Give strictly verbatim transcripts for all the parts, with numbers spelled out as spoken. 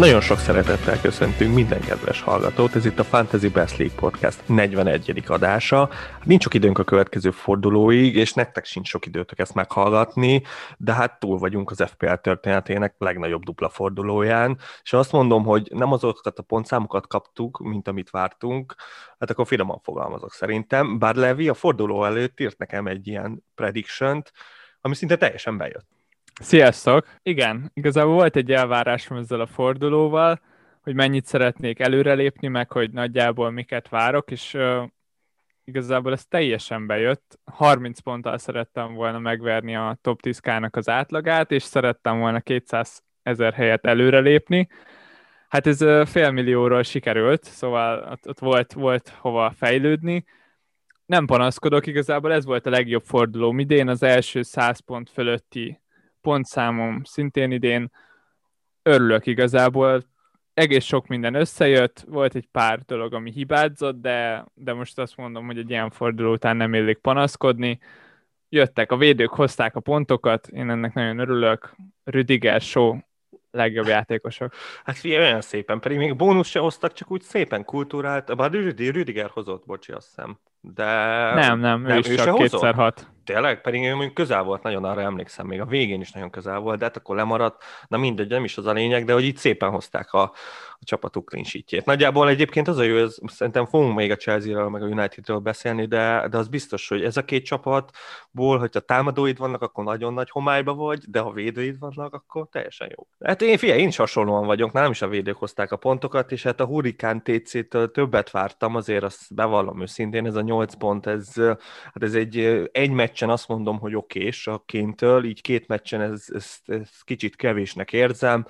Nagyon sok szeretettel köszöntünk minden kedves hallgatót, ez itt a Fantasy Best League Podcast negyvenegyedik adása. Nincs sok időnk a következő fordulóig, és nektek sincs sok időtök ezt meghallgatni, de hát túl vagyunk az ef pé el történetének legnagyobb dupla fordulóján, és azt mondom, hogy nem azokat a pontszámokat kaptuk, mint amit vártunk, hát akkor finoman fogalmazok szerintem, bár Levi a forduló előtt írt nekem egy ilyen prediction-t, ami szinte teljesen bejött. Sziasztok! Igen, igazából volt egy elvárásom ezzel a fordulóval, hogy mennyit szeretnék előrelépni, meg hogy nagyjából miket várok, és uh, igazából ez teljesen bejött. harminc ponttal szerettem volna megverni a top tíz ká-nak az átlagát, és szerettem volna kétszázezer helyet előrelépni. Hát ez uh, félmillióról sikerült, szóval ott, ott volt, volt hova fejlődni. Nem panaszkodok, igazából ez volt a legjobb fordulóm idén, az első száz pont fölötti pontszámom szintén idén. Örülök igazából, egész sok minden összejött, volt egy pár dolog, ami hibázott, de, de most azt mondom, hogy egy ilyen forduló után nem illik panaszkodni. Jöttek a védők, hozták a pontokat, én ennek nagyon örülök. Rüdiger, Shaw, legjobb játékosok. Hát figyelj, olyan szépen, pedig még bónusz se hoztak, csak úgy szépen kultúrált, bár Rüdiger hozott, bocsi, azt hiszem. De... Nem, nem, nem, ő is ő csak kétszer hat. Tényleg? Pedig ő mondjuk közel volt, nagyon arra emlékszem, még a végén is nagyon közel volt, de hát akkor lemaradt. Na mindegy, nem is az a lényeg, de hogy így szépen hozták a, a csapatuk clean sheetjét. Nagyjából egyébként az a jó, ez, szerintem fogunk még a Chelsea-ről, meg a Unitedről beszélni, de, de az biztos, hogy ez a két csapatból, hogyha támadóid vannak, akkor nagyon nagy homályba vagy, de ha védőid vannak, akkor teljesen jó. Hát én figyelj, én is hasonlóan vagyok, nem is a védők hozták a pontokat, és hát a Hurricane té cé-től többet vártam, azért azt bevallom őszintén, ez a nyolc pont, ez, hát ez egy, egy meccsen azt mondom, hogy okés a Kane-től, így két meccsen ez, ez, ez kicsit kevésnek érzem,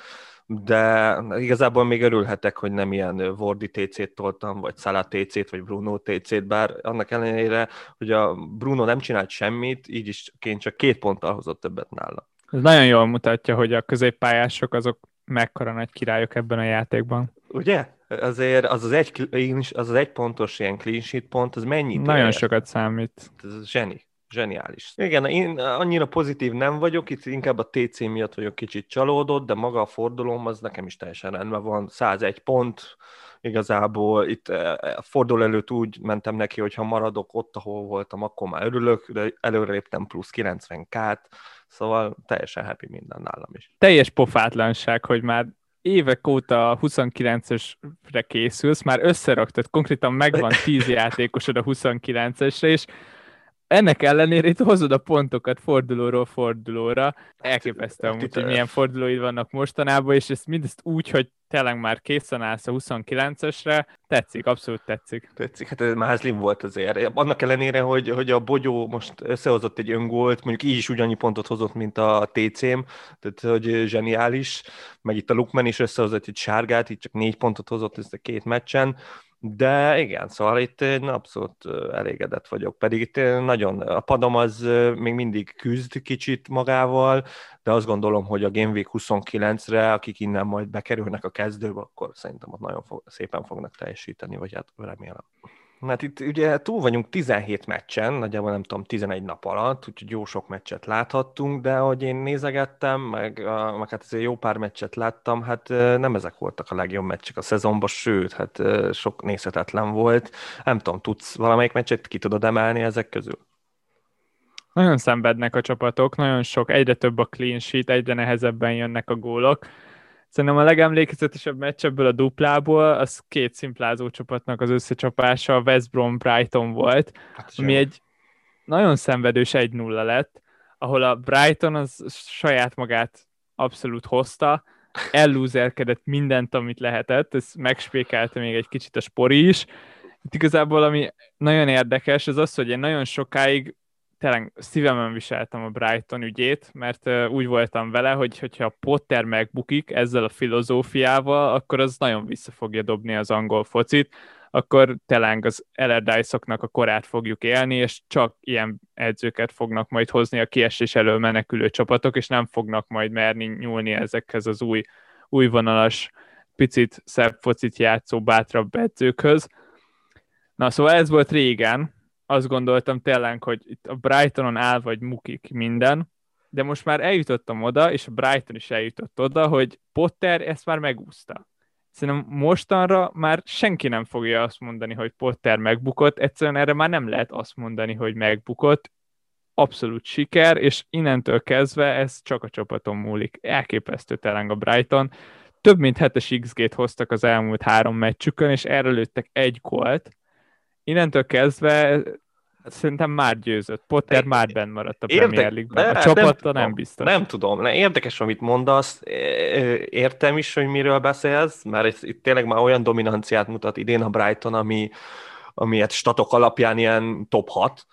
de igazából még örülhetek, hogy nem ilyen Wardy té cét toltam, vagy Salah té cét, vagy Bruno té cét, bár annak ellenére, hogy a Bruno nem csinált semmit, így is Kane csak két ponttal hozott többet nála. Ez nagyon jól mutatja, hogy a középpályások azok mekkora nagy királyok ebben a játékban. Ugye? Azért az az egy, az az egy pontos ilyen clean sheet pont, az mennyit Nagyon ér? sokat számít. Ez zseni. Zseniális. Igen, én annyira pozitív nem vagyok, itt inkább a té cé miatt vagyok kicsit csalódott, de maga a fordulóm az nekem is teljesen rendben van. százegy pont, igazából itt a forduló előtt úgy mentem neki, hogy ha maradok ott, ahol voltam, akkor már örülök, de előre léptem plusz kilencven ká-t, szóval teljesen happy minden nálam is. Teljes pofátlanság, hogy már évek óta a huszonkilencesre készülsz, már összeraktad, konkrétan megvan tíz játékosod a huszonkilencesre, és ennek ellenére itt hozod a pontokat fordulóról fordulóra. Elképesztő amúgy, hogy milyen fordulóid vannak mostanában, és ezt mindezt úgy, hogy tényleg már készen állsz a huszonkilencesre. Tetszik, abszolút tetszik. Tetszik, hát ez már slim volt azért. Annak ellenére, hogy, hogy a Bogyó most összehozott egy öngólt, mondjuk így is ugyannyi pontot hozott, mint a té cém, tehát hogy zseniális, meg itt a Lukman is összehozott egy sárgát, itt csak négy pontot hozott ezt a két meccsen. De igen, szóval itt én abszolút elégedett vagyok, pedig itt nagyon, a padom az még mindig küzd kicsit magával, de azt gondolom, hogy a Game Week huszonkilencre, akik innen majd bekerülnek a kezdőbe, akkor szerintem ott nagyon fog, szépen fognak teljesíteni, vagy hát remélem. Hát itt ugye túl vagyunk tizenhét meccsen, nagyjából nem tudom, tizenegy nap alatt, úgyhogy jó sok meccset láthattunk, de ahogy én nézegettem, meg, meg hát azért jó pár meccset láttam, hát nem ezek voltak a legjobb meccsek a szezonban, sőt, hát sok nézhetetlen volt. Nem tudom, tudsz valamelyik meccset ki tudod emelni ezek közül? Nagyon szenvednek a csapatok, nagyon sok, egyre több a clean sheet, egyre nehezebben jönnek a gólok. Szerintem a legemlékezetesebb meccs ebből a duplából, az két szimplázó csapatnak az összecsapása, a West Brom Brighton volt, hát ami egy nagyon szenvedős egy nulla lett, ahol a Brighton az saját magát abszolút hozta, ellúzerkedett mindent, amit lehetett, ez megspékelte még egy kicsit a Spori is. Itt igazából ami nagyon érdekes, az az, hogy én nagyon sokáig tényleg szívemen viseltem a Brighton ügyét, mert uh, úgy voltam vele, hogy hogyha Potter megbukik ezzel a filozófiával, akkor az nagyon vissza fogja dobni az angol focit, akkor tényleg az Allardyce-oknak a korát fogjuk élni, és csak ilyen edzőket fognak majd hozni a kiesés elől menekülő csapatok, és nem fognak majd merni nyúlni ezekhez az új, új vonalas, picit szebb focit játszó, bátrabb edzőkhöz. Na, szóval ez volt régen, azt gondoltam tényleg, hogy itt a Brightonon áll vagy mukik minden, de most már eljutottam oda, és a Brighton is eljutott oda, hogy Potter ezt már megúszta. Szerintem mostanra már senki nem fogja azt mondani, hogy Potter megbukott, egyszerűen erre már nem lehet azt mondani, hogy megbukott, abszolút siker, és innentől kezdve ez csak a csapaton múlik. Elképesztő tényleg a Brighton. Több mint hetes iksz gét hoztak az elmúlt három meccsükön, és erre lőttek egy gólt. Innentől kezdve szerintem már győzött. Potter már benn maradt a Premier Érdek, League-ben. de A hát nem csapatta tudom, nem biztos. nem tudom. Érdekes, amit mondasz. Értem is, hogy miről beszélsz, mert ez, itt tényleg már olyan dominanciát mutat idén a Brighton, ami, ami hát statok alapján ilyen top hat,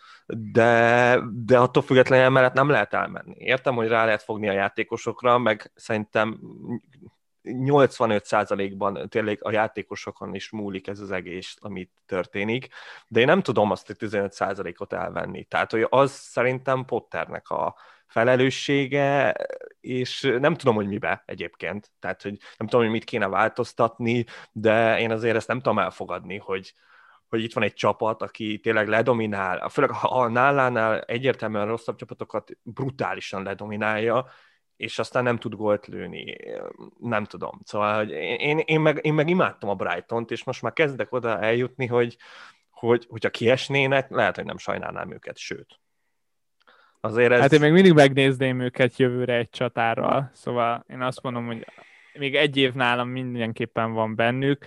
de, de attól függetlenül emellett nem lehet elmenni. Értem, hogy rá lehet fogni a játékosokra, meg szerintem nyolcvanöt százalékban tényleg a játékosokon is múlik ez az egész, amit történik, de én nem tudom azt a tizenöt százalékot elvenni. Tehát, hogy az szerintem Potternek a felelőssége, és nem tudom, hogy mibe egyébként. Tehát, hogy nem tudom, hogy mit kéne változtatni, de én azért ezt nem tudom elfogadni, hogy, hogy itt van egy csapat, aki tényleg ledominál, főleg ha a nálánál egyértelműen rosszabb csapatokat brutálisan ledominálja, és aztán nem tud gólt lőni. Nem tudom. Szóval hogy én, én, meg, én meg imádtam a Brightont, és most már kezdek oda eljutni, hogy, hogy hogyha kiesnének, lehet, hogy nem sajnálnám őket, sőt. Azért ez... Hát én még mindig megnézném őket jövőre egy csatárral, szóval én azt mondom, hogy még egy év nálam mindenképpen van bennük.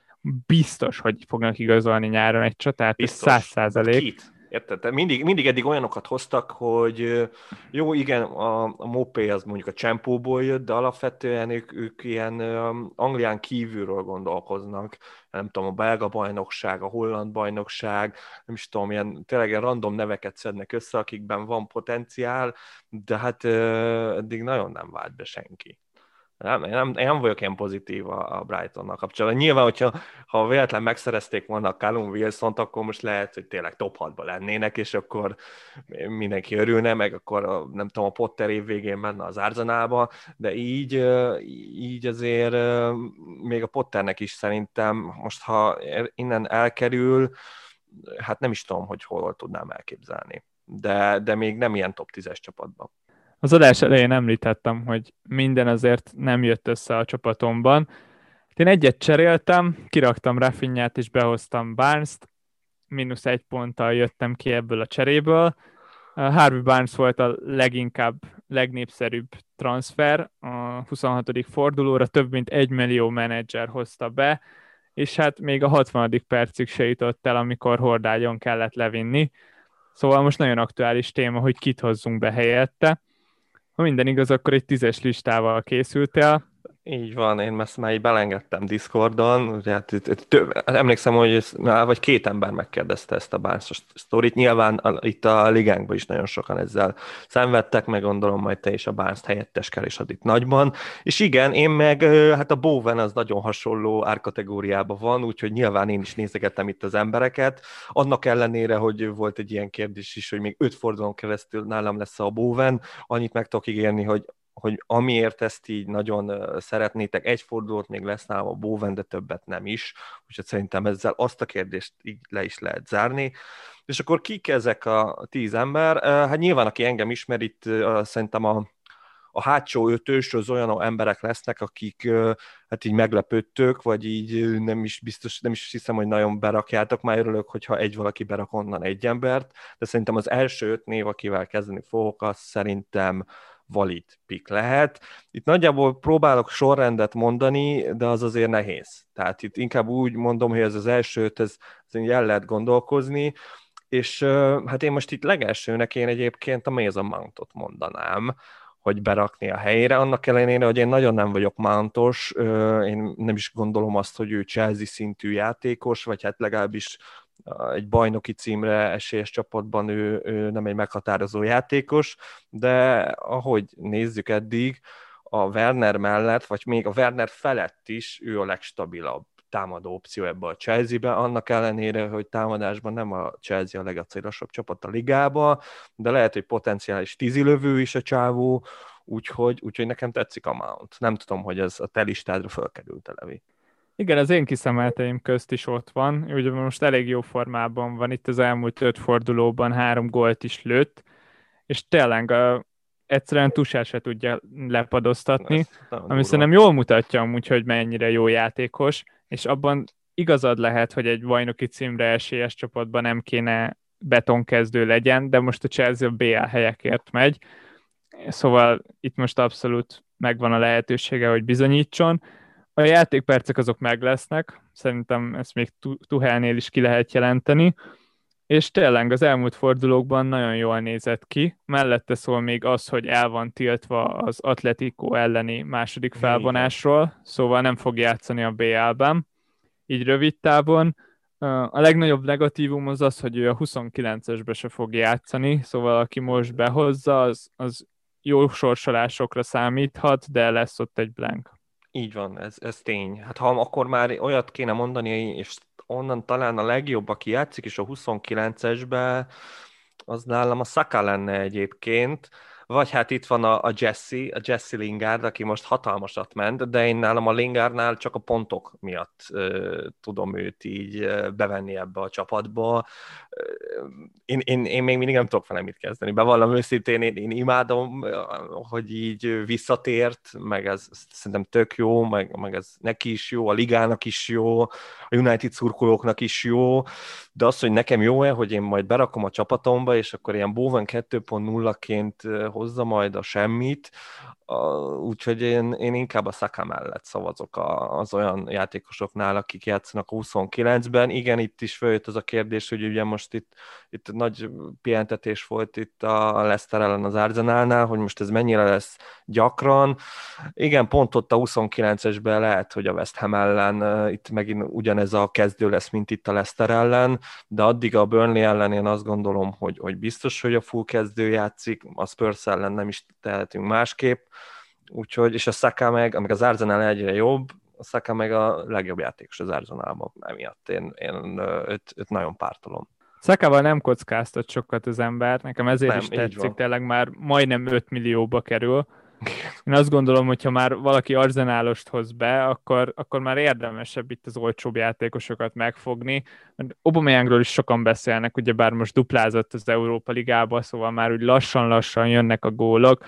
Biztos, hogy fognak igazolni nyáron egy csatát, ez száz százalék. Érted? Tehát mindig, mindig eddig olyanokat hoztak, hogy jó, igen, a, a Mopé az mondjuk a Csempóból jött, de alapvetően ők, ők ilyen um, Anglián kívülről gondolkoznak. Nem tudom, a belga bajnokság, a holland bajnokság, nem is tudom, ilyen tényleg ilyen random neveket szednek össze, akikben van potenciál, de hát uh, eddig nagyon nem vált be senki. Nem, nem, én nem vagyok ilyen pozitív a, a Brightonnal kapcsolatban. Nyilván, hogyha ha véletlen megszerezték volna a Callum Wilsont, akkor most lehet, hogy tényleg top hatban lennének, és akkor mindenki örülne, meg akkor nem tudom, a Potter év végén menne az Arsenalba, de így, így azért még a Potternek is szerintem most, ha innen elkerül, hát nem is tudom, hogy hol tudnám elképzelni. De, de még nem ilyen top tízes csapatban. Az adás elején említettem, hogy minden azért nem jött össze a csapatomban. Én egyet cseréltem, kiraktam Rafinhát és behoztam Barnes-t, mínusz egy ponttal jöttem ki ebből a cseréből. Harvey Barnes volt a leginkább, legnépszerűbb transfer a huszonhatodik fordulóra, több mint egy millió menedzser hozta be, és hát még a hatvanadik percig se jutott el, amikor hordágyon kellett levinni. Szóval most nagyon aktuális téma, hogy kit hozzunk be helyette. Ha minden igaz, akkor egy tízes listával készültél. Így van, én ezt már így belengedtem Discordon, ugye hát itt, itt több, emlékszem, hogy ez, vagy két ember megkérdezte ezt a Barnes-os sztorit, nyilván a, itt a ligánkban is nagyon sokan ezzel szenvedtek, meg gondolom majd te is a Barnes-t helyetteskelésed itt nagyban, és igen, én meg, hát a Bowen az nagyon hasonló árkategóriában van, úgyhogy nyilván én is nézegettem itt az embereket, annak ellenére, hogy volt egy ilyen kérdés is, hogy még öt fordulón keresztül nálam lesz a Bowen, annyit meg tudok ígérni, hogy hogy amiért ezt így nagyon szeretnétek, egy fordulót még lesz nálam a Bowen, de többet nem is, úgyhogy szerintem ezzel azt a kérdést így le is lehet zárni. És akkor kik ezek a tíz ember? Hát nyilván, aki engem ismer, itt szerintem a, a hátsó ötös, az olyan emberek lesznek, akik hát így meglepődtök, vagy így nem is biztos, nem is hiszem, hogy nagyon berakjátok, már örülök, hogyha egy valaki berak onnan egy embert, de szerintem az első öt név, akivel kezdeni fogok, az szerintem valid pick lehet. Itt nagyjából próbálok sorrendet mondani, de az azért nehéz. Tehát itt inkább úgy mondom, hogy ez az elsőt, ez, ez el lehet gondolkozni, és hát én most itt legelsőnek én egyébként a Mason Mountot mondanám, hogy berakni a helyére, annak ellenére, hogy én nagyon nem vagyok Mountos, én nem is gondolom azt, hogy ő Chelsea szintű játékos, vagy hát legalábbis egy bajnoki címre esélyes csapatban ő, ő nem egy meghatározó játékos, de ahogy nézzük eddig, a Werner mellett, vagy még a Werner felett is ő a legstabilabb támadó opció ebbe a Chelsea-be, annak ellenére, hogy támadásban nem a Chelsea a legacélosabb csapat a ligába, de lehet, hogy potenciális tízilövő is a csávó, úgyhogy, úgyhogy nekem tetszik a Mount. Nem tudom, hogy ez a te listádra fölkerült-e, Levi. Igen, az én kiszemelteim közt is ott van. Ugye most elég jó formában van, itt az elmúlt öt fordulóban három gólt is lőtt, és tényleg egyszerűen Tuchel se tudja lepadoztatni, Ez nagyon ami durva. szerintem jól mutatja amúgy, hogy mennyire jó játékos, és abban igazad lehet, hogy egy bajnoki címre esélyes csapatban nem kéne betonkezdő legyen, de most a Chelsea a bé el helyekért megy, szóval itt most abszolút megvan a lehetősége, hogy bizonyítson. A játékpercek azok meg lesznek, szerintem ezt még Tuchelnél is ki lehet jelenteni, és tényleg az elmúlt fordulókban nagyon jól nézett ki. Mellette szól még az, hogy el van tiltva az Atletico elleni második Ja, igen. felvonásról, szóval nem fog játszani a bé el-ben, így rövid távon. A legnagyobb negatívum az az, hogy ő a huszonkilencesbe se fog játszani, szóval aki most behozza, az, az jó sorsolásokra számíthat, de lesz ott egy blank. Így van, ez, ez tény. Hát ha akkor már olyat kéne mondani, és onnan talán a legjobb, aki játszik, és a huszonkilencesbe, az nálam a Saka lenne egyébként, vagy hát itt van a, a Jesse, a Jesse Lingard, aki most hatalmasat ment, de én nálam a Lingardnál csak a pontok miatt uh, tudom őt így uh, bevenni ebbe a csapatba. Uh, én, én, én még mindig nem tudok vele mit kezdeni. Bevallom őszintén, én, én imádom, uh, hogy így visszatért, meg ez, ez szerintem tök jó, meg, meg ez neki is jó, a ligának is jó, a United szurkolóknak is jó, de az, hogy nekem jó-e, hogy én majd berakom a csapatomba, és akkor ilyen Bowen kettő pont nullaként hozza majd a semmit, úgyhogy én, én inkább a Saka mellett szavazok az olyan játékosoknál, akik játszanak a huszonkilencben. Igen, itt is följött az a kérdés, hogy ugye most itt, itt nagy pihentetés volt itt a Leicester ellen az Arsenalnál, hogy most ez mennyire lesz gyakran. Igen, pont ott a huszonkilencesben lehet, hogy a West Ham ellen itt megint ugyanez a kezdő lesz, mint itt a Leicester ellen, de addig a Burnley ellen én azt gondolom, hogy, hogy biztos, hogy a full kezdő játszik, a Spurs ellen nem is tehetünk másképp, úgyhogy, és a Saka meg, amíg az Arsenal egyre jobb, a Saka meg a legjobb játékos az Arsenalban, emiatt én, én őt, őt nagyon pártolom. Szakával nem kockáztat sokat az ember, nekem ezért Nem, is így tetszik, van. tényleg már majdnem öt millióba kerül. Én azt gondolom, hogy ha már valaki arzenálost hoz be, akkor, akkor már érdemesebb itt az olcsóbb játékosokat megfogni. Aubameyangról is sokan beszélnek, ugye bár most duplázott az Európa Ligába, szóval már úgy lassan-lassan jönnek a gólok,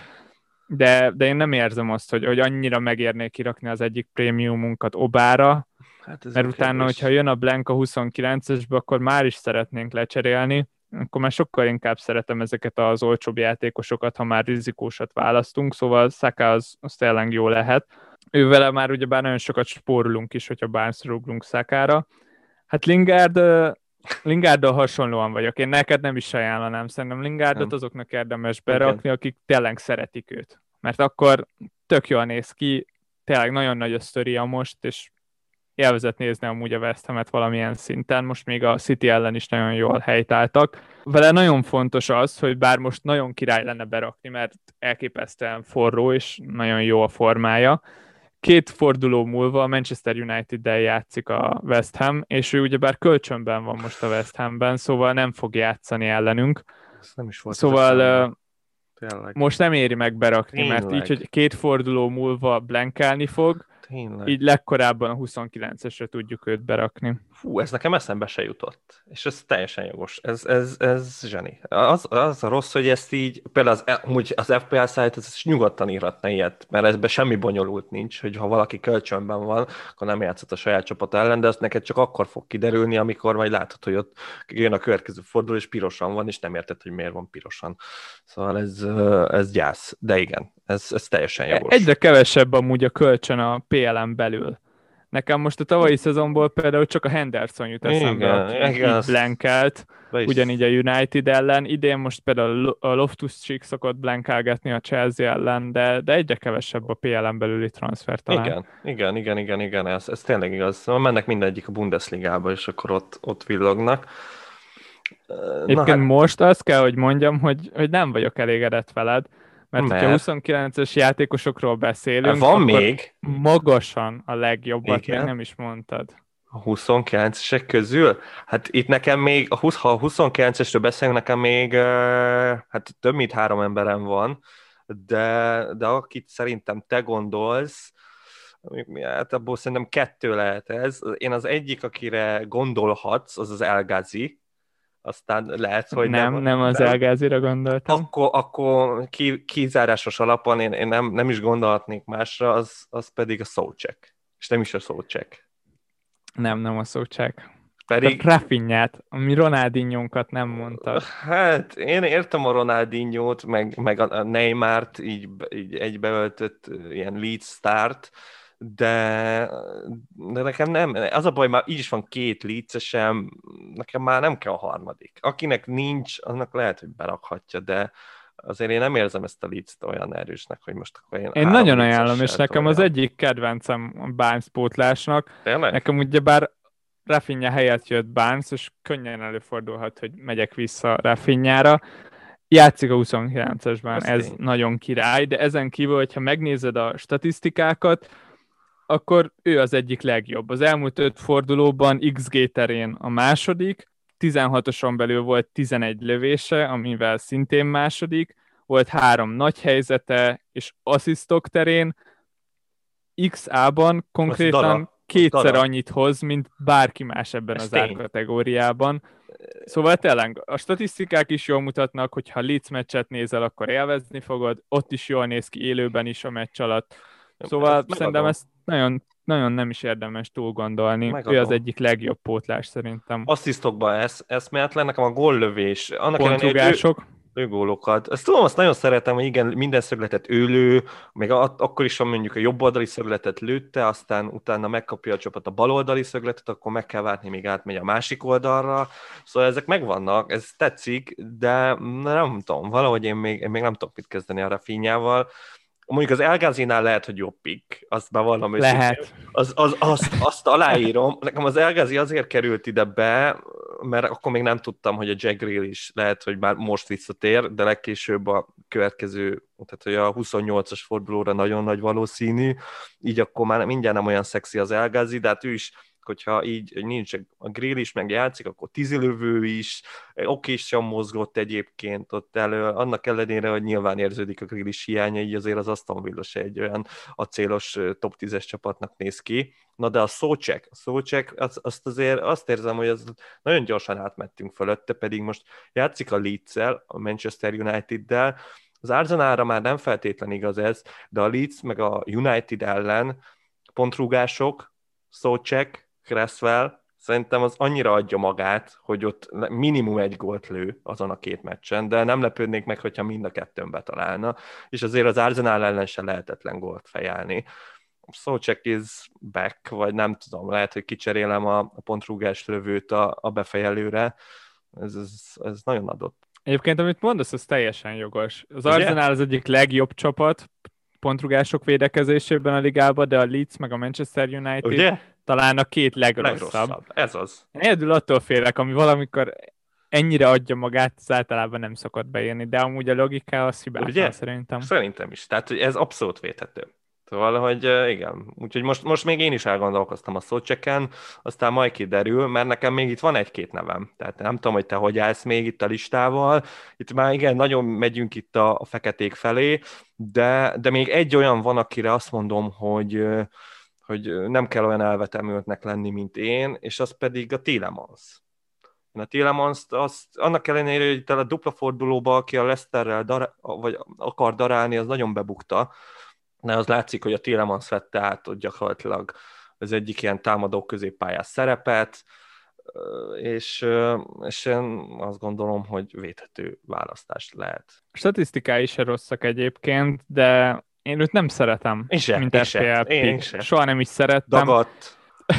de, de én nem érzem azt, hogy, hogy annyira megérnék kirakni az egyik prémiumunkat Obára, Hát ez mert jó utána, kérdés. hogyha jön a Blank a huszonkilencesbe, akkor már is szeretnénk lecserélni, akkor már sokkal inkább szeretem ezeket az olcsóbb játékosokat, ha már rizikósat választunk, szóval Saka az, az tényleg jó lehet. Ővele már ugyebár nagyon sokat spórolunk is, hogyha Barnesra ugrunk Sakára. Hát Lingard, Lingarddal hasonlóan vagyok. Én neked nem is ajánlanám. Szerintem Lingardot Nem. azoknak érdemes berakni, Igen. akik tényleg szeretik őt. Mert akkor tök jól néz ki, tényleg nagyon nagy a sztoria most, és élvezett nézni amúgy a West Hamet valamilyen szinten, most még a City ellen is nagyon jól helytáltak. Vele nagyon fontos az, hogy bár most nagyon király lenne berakni, mert elképesztően forró és nagyon jó a formája. Két forduló múlva a Manchester United-del játszik a West Ham, és ő ugyebár kölcsönben van most a West Hamben, szóval nem fog játszani ellenünk. Ez nem is volt szóval ez a most nem éri meg berakni, Tényleg. mert így, hogy két forduló múlva blankálni fog, Tényleg. így legkorábban a huszonkilencesre tudjuk őt berakni. Fú, ez nekem eszembe se jutott. És ez teljesen jogos. Ez, ez, ez zseni. Az, az a rossz, hogy ezt így, például az, úgy az ef pé el szájt, ez nyugodtan írhatna ilyet, mert ezben semmi bonyolult nincs, hogy ha valaki kölcsönben van, akkor nem játszott a saját csapat ellen, de azt neked csak akkor fog kiderülni, amikor majd látod, hogy ott jön a következő forduló, és pirosan van, és nem érted, hogy miért van pirosan. Szóval ez, ez gyász. De igen, ez, ez teljesen jogos. Egyre kevesebb amúgy a kölcsön a pé el-en belül. Nekem most a tavalyi szezonból például csak a Henderson jut eszembe, igen, aki igen, így blankelt, is... ugyanígy a United ellen. Idén most például a Loftus-Cheek szokott blankálgatni a Chelsea ellen, de, de egyre kevesebb a pé el-en belüli transfer talán. Igen, igen, igen, igen, igen, ez, ez tényleg igaz. Mennek mindegyik a Bundesligába, és akkor ott, ott villognak. Egyébként hát... most azt kell, hogy mondjam, hogy, hogy nem vagyok elégedett veled, mert, mert hogyha huszonkilences játékosokról beszélünk, van akkor még magasan a legjobbat igen. még nem is mondtad. A huszonkilencesek közül? Hát itt nekem még, a húsz, ha a huszonkilencesről beszélünk, nekem még hát több mint három emberem van, de, de akit szerintem te gondolsz, hát abból szerintem kettő lehet ez. Én az egyik, akire gondolhatsz, az az El Ghazi, aztán lehet, hogy Nem, nem. nem az nem. El Ghazira gondoltam. Akkor, akkor ki, kizárásos alapon én, én nem, nem is gondolhatnék másra, az, az pedig a Souček. És nem is a Souček. Nem, nem a Souček. Pedig... Rafinhát, ami Ronaldinho-nkat nem mondtad. Hát, én értem a Ronaldinho-t, meg, meg a Neymart így, így egybeöltött ilyen lead start, de, de nekem nem, az a baj, már így is van két leadsesem, nekem már nem kell a harmadik. Akinek nincs, annak lehet, hogy berakhatja, de azért én nem érzem ezt a leads-t olyan erősnek, hogy most akkor én Én nagyon ajánlom, és nekem az egyik kedvencem a Barnes pótlásnak. Tényleg? Nekem ugyebár Rafinha helyett jött Barnes, és könnyen előfordulhat, hogy megyek vissza Rafinhára. Játszik a huszonkilencesben, ez, ez nagyon király, de ezen kívül, hogyha megnézed a statisztikákat, akkor ő az egyik legjobb. Az elmúlt öt fordulóban iksz gé terén a második, tizenhatoson belül volt tizenegy lövése, amivel szintén második, volt három nagy helyzete, és asszisztok terén iksz á-ban konkrétan kétszer annyit hoz, mint bárki más ebben ez az árkategóriában. Szóval tényleg a statisztikák is jól mutatnak, hogyha Leeds meccset nézel, akkor élvezni fogod, ott is jól néz ki élőben is a meccs alatt. Szóval ezt szerintem ezt nagyon, nagyon nem is érdemes túl gondolni. Megadom. Ő az egyik legjobb pótlás szerintem. Asszisztokban ez, eszméletlen, nekem a góllövés. Pontrugások. Ő gólokat. Ezt tudom, azt nagyon szeretem, hogy igen, minden szögletet ő lő, még a, akkor is, ha mondjuk a jobb oldali szögletet lőtte, aztán utána megkapja a csapat a bal oldali szögletet, akkor meg kell várni, míg átmegy a másik oldalra. Szóval ezek megvannak, ez tetszik, de nem tudom, valahogy én még, én még nem tudok mit kezdeni a Rafinhával. Mondjuk az El Ghazinál lehet, hogy jobb pick, azt bevallom őszintén. Lehet. Az, az, azt, azt aláírom. Nekem az El Ghazi azért került ide be, mert akkor még nem tudtam, hogy a Jack Grealish lehet, hogy már most visszatér, de legkésőbb a következő, tehát hogy a huszonnyolcas fordulóra nagyon nagy valószínű, így akkor már mindjárt nem olyan szexi az El Ghazi, de hát ő is, hogyha így nincs a Grealish meg játszik, akkor tízilövő is, oké, sem mozgott egyébként ott elő, annak ellenére, hogy nyilván érződik a Grealish hiánya, így azért az Aston Villa se egy olyan acélos top tízes csapatnak néz ki. Na de a Souček, a Souček, az, azt azért azt érzem, hogy az nagyon gyorsan átmettünk fölötte, pedig most játszik a Leeds-el, a Manchester United-del, az Arsenalra már nem feltétlen igaz ez, de a Leeds meg a United ellen pontrúgások, Souček, Cresswell, szerintem az annyira adja magát, hogy ott minimum egy gólt lő azon a két meccsen, de nem lepődnék meg, hogyha mind a kettőn betalálna, és azért az Arsenal ellen se lehetetlen gólt fejelni. Souček is back, vagy nem tudom, lehet, hogy kicserélem a, a pontrúgás lövőt a, a befejelőre, ez, ez, ez nagyon adott. Egyébként, amit mondasz, az teljesen jogos. Az Arsenal az egyik legjobb csapat pontrugások védekezésében a ligában, de a Leeds meg a Manchester United ugye? Talán a két legrosszabb. legrosszabb. Ez az. Egyedül attól félek, ami valamikor ennyire adja magát, az általában nem szokott beírni, de amúgy a logika az hibátlan szerintem. Szerintem is. Tehát ez abszolút védhető. Szóval, hogy igen. Úgyhogy most, most még én is elgondolkoztam a Součeken, aztán majd kiderül, mert nekem még itt van egy-két nevem. Tehát nem tudom, hogy te hogy állsz még itt a listával. Itt már igen, nagyon megyünk itt a, a feketék felé, de, de még egy olyan van, akire azt mondom, hogy hogy nem kell olyan elvetemültnek lenni, mint én, és az pedig a Tielemans. Én a Tielemans-t azt, annak ellenére, hogy itt a dupla fordulóba, aki a Leicesterrel dar- vagy akar darálni, az nagyon bebukta, de az látszik, hogy a Tielemans vette át ott gyakorlatilag az egyik ilyen támadó középpályás szerepet, és, és én azt gondolom, hogy védhető választás lehet. A statisztikái se rosszak egyébként, de én őt nem szeretem, én se, mint én ef pé el se, én se. Soha nem is szerettem. Dagadt.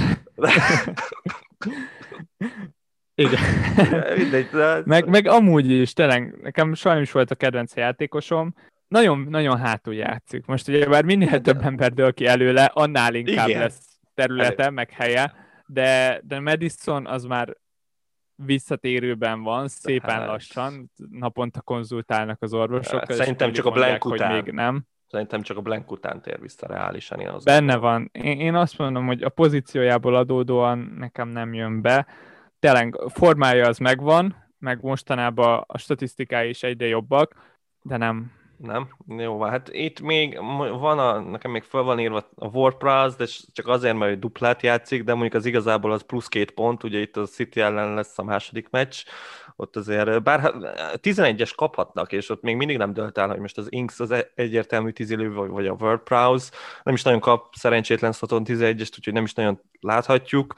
Igen. Mindegy, de... meg, meg amúgy is, tényleg, nekem soha nem is volt a kedvenc játékosom. Nagyon, nagyon hátul játszik. Most ugye bár minél több ember dől ki előle, annál inkább igen. lesz területe, Elő. meg helye, de, de Maddison az már visszatérőben van, szépen hát. lassan, naponta konzultálnak az orvosok. Szerintem csak a blank után. Még nem. Szerintem csak a blank után tér vissza reálisan. Én Benne gondolom. van. Én, én azt mondom, hogy a pozíciójából adódóan nekem nem jön be. Tényleg formája az megvan, meg mostanában a statisztikái is egyre jobbak, de nem, Nem? Jó, hát itt még van, a, nekem még fel van írva a WarProwse, de csak azért, mert ő duplát játszik, de mondjuk az igazából az plusz két pont, ugye itt a City ellen lesz a második meccs, ott azért, bár tizenegyes kaphatnak, és ott még mindig nem dölt el, hogy most az Inks az egyértelmű tízilő, vagy a WarProwse, nem is nagyon kap szerencsétlen szaton tizenegyest, úgyhogy nem is nagyon láthatjuk,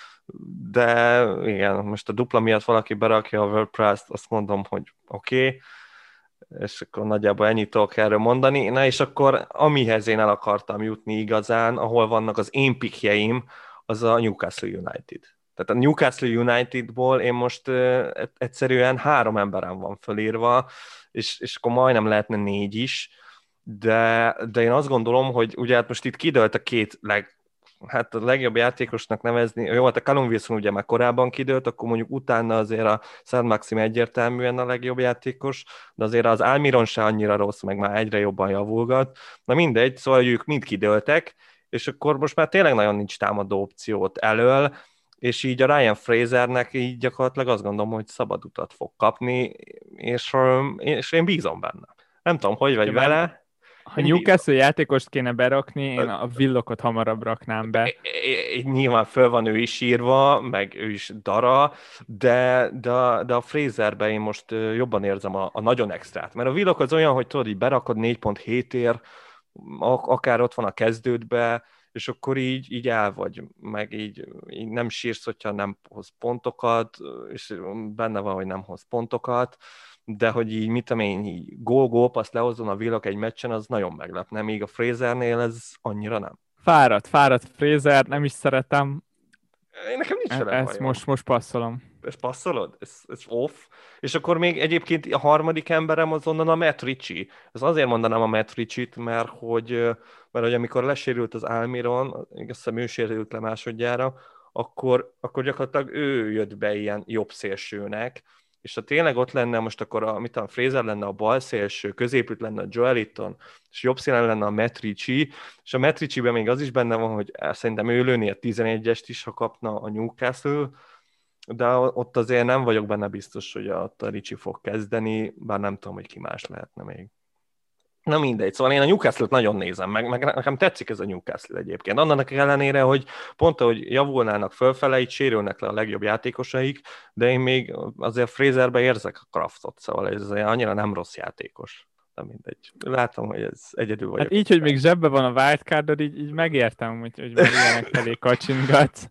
de igen, most a dupla miatt valaki berakja a WordPress-t, azt mondom, hogy oké, okay, és akkor nagyjából ennyit tudok erről mondani. Na és akkor amihez én el akartam jutni igazán, ahol vannak az én pikjeim, az a Newcastle United. Tehát a Newcastle Unitedból én most uh, egyszerűen három emberem van fölírva, és, és akkor majdnem lehetne négy is, de, de én azt gondolom, hogy ugye hát most itt kidőlt a két leg, hát a legjobb játékosnak nevezni, jó, hát a Callum Wilson ugye már korábban kidőlt, akkor mondjuk utána azért a Saint Maxim egyértelműen a legjobb játékos, de azért az Almiron se annyira rossz, meg már egyre jobban javulgat. Na mindegy, szóval ők mind kidőltek, és akkor most már tényleg nagyon nincs támadó opciót elől, és így a Ryan Frasernek így gyakorlatilag azt gondolom, hogy szabad utat fog kapni, és, és én bízom benne. Nem tudom, hogy vagy Ja, vele. Ha Newcastle játékost kéne berakni, én a Willockot hamarabb raknám be. Nyilván föl van ő is írva, meg ő is dara, de, de, de a Fraserbe én most jobban érzem a, a nagyon extrát. Mert a Willock az olyan, hogy tudod, így berakod négy pont hét ér, akár ott van a kezdődbe, és akkor így, így el vagy, meg így, így nem sírsz, hogyha nem hoz pontokat, és benne van, hogy nem hoz pontokat, de hogy így, mit tudom én, így gól-gól, azt lehozzon a Willock egy meccsen, az nagyon meglepne, míg a Frasernél ez annyira nem. Fáradt, fáradt Fraser, nem is szeretem. Én nekem nincs vele Ezt bajom. most, most passzolom. Ezt passzolod? Ez, ez off. És akkor még egyébként a harmadik emberem az onnan a Matt Ritchie. Ez azért mondanám a Matt Ritchie-t, mert hogy, mert hogy amikor lesérült az Almiron, azt hiszem ő sérült le másodjára, akkor, akkor gyakorlatilag ő jött be ilyen jobb szélsőnek, és ha tényleg ott lenne most akkor, a, mit a Fraser lenne a bal szélső, középült lenne a Joelinton, és jobb szélen lenne a Matt Ritchie, és a Matt Ritchie-ben még az is benne van, hogy szerintem ő lőné a tizenegyest is, ha kapna a Newcastle, de ott azért nem vagyok benne biztos, hogy a, a Ricsi fog kezdeni, bár nem tudom, hogy ki más lehetne még. Na mindegy, szóval én a Newcastle-t nagyon nézem, meg, meg nekem tetszik ez a Newcastle egyébként. Annak ellenére, hogy pont ahogy javulnának fölfele, így sérülnek le a legjobb játékosaik, de én még azért Fraserbe érzek a Kraftot, szóval ez annyira nem rossz játékos. Nem mindegy. Látom, hogy ez egyedül vagyok. Hát így, hogy még zsebbe van a wildcardod, így, így megértem, hogy, hogy már ilyenek felé kacsingatsz.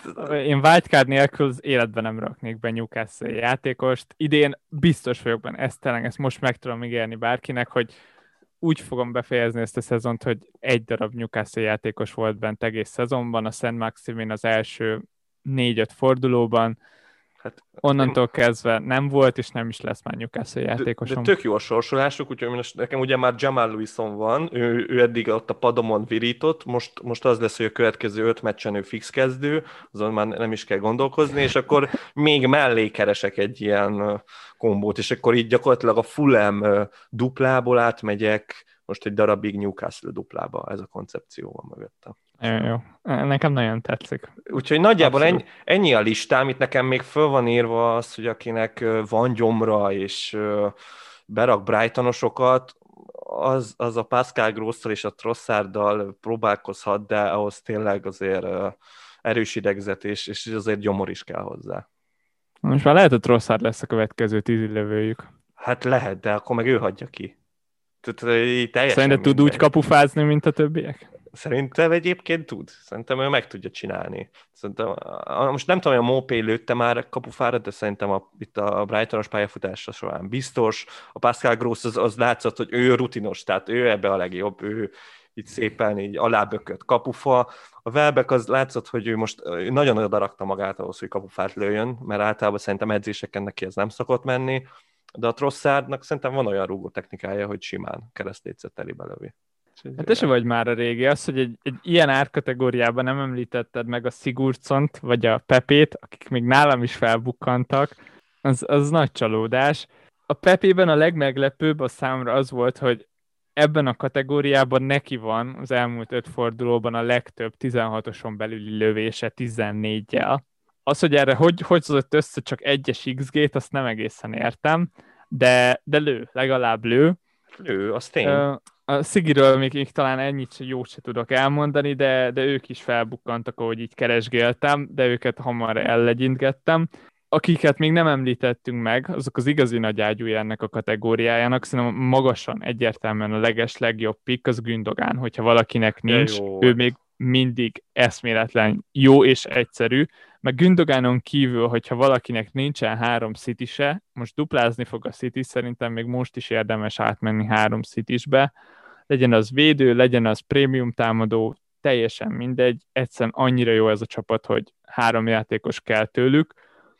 Én wildcard nélkül az életben nem raknék be Newcastle játékost. Idén biztos vagyok benne, ezt tényleg, ezt most meg tudom ígérni bárkinek, hogy úgy fogom befejezni ezt a szezont, hogy egy darab Newcastle játékos volt bent egész szezonban, a Saint Maximin az első négy-öt fordulóban, hát, onnantól én... kezdve nem volt, és nem is lesz már Newcastle játékosom. De, de tök jó a sorsolásuk, úgyhogy most nekem ugye már Jamal Lewison van, ő, ő eddig ott a padomon virított, most, most az lesz, hogy a következő öt meccsen ő fix kezdő, azon már nem is kell gondolkozni, és akkor még mellé keresek egy ilyen kombót, és akkor így gyakorlatilag a Fulham duplából átmegyek most egy darabig Newcastle duplába, ez a koncepció van mögöttem. Jó, jó. Nekem nagyon tetszik. Úgyhogy nagyjából ennyi, ennyi a listám, itt nekem még föl van írva az, hogy akinek van gyomra és berak Brightonosokat, az, az a Pascal Grosszal és a Trossarddal próbálkozhat, de ahhoz tényleg azért erős idegzet, és, és azért gyomor is kell hozzá. Most már lehet, hogy Trossard lesz a következő tízillövőjük. Hát lehet, de akkor meg ő hagyja ki. Szerinted tud úgy kapufázni, mint a többiek? Szerintem egyébként tud. Szerintem ő meg tudja csinálni. Szerintem, most nem tudom, hogy a Mopé lőtte már kapufára, de szerintem a, itt a Brightonos pályafutása során biztos. A Pascal Gross az, az látszott, hogy ő rutinos, tehát ő ebbe a legjobb, ő itt szépen így alábökött kapufa. A Welbeck az látszott, hogy ő most ő nagyon odarakta magát ahhoz, hogy kapufát lőjön, mert általában szerintem edzéseken neki ez nem szokott menni, de a Trossardnak szerintem van olyan rúgó technikája, hogy simán keresztlécet telibe lövi. Hát te se vagy már a régi. Az, hogy egy, egy ilyen árkategóriában nem említetted meg a Sigurdssont, vagy a Pepét, akik még nálam is felbukkantak, az, az nagy csalódás. A Pepében a legmeglepőbb a számra az volt, hogy ebben a kategóriában neki van az elmúlt öt fordulóban a legtöbb tizenhatoson belüli lövése tizennégyel. Az, hogy erre hogy, hogy hozott össze csak egyes iksz gét, azt nem egészen értem, de, de lő, legalább lő. Ő, az tény. A Szigiről még, még talán ennyit jót se tudok elmondani, de, de ők is felbukkantak, ahogy így keresgéltem, de őket hamar ellegyintgettem. Akiket még nem említettünk meg, azok az igazi nagyágyúja ennek a kategóriájának, szerintem magasan egyértelműen a leges legjobb pick az Gündogán, hogyha valakinek nincs, ő még mindig eszméletlen jó és egyszerű, meg Gündogánon kívül, hogyha valakinek nincsen három City-se, most duplázni fog a City, szerintem még most is érdemes átmenni három City-sbe, legyen az védő, legyen az prémium támadó, teljesen mindegy, egyszerűen annyira jó ez a csapat, hogy három játékos kell tőlük,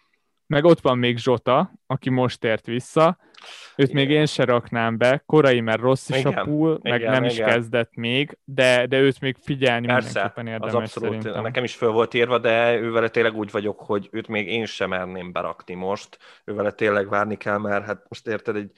meg ott van még Zsota, aki most ért vissza, őt igen. Még én se raknám be, korai, mert rossz is igen. A pool, meg igen, nem igen. is kezdett még, de, de őt még figyelni persze, mindenképpen érdemes az abszolút, szerintem. Nekem is föl volt írva, de ővele tényleg úgy vagyok, hogy őt még én sem merném berakni most, ővele tényleg várni kell, mert hát most érted, egy,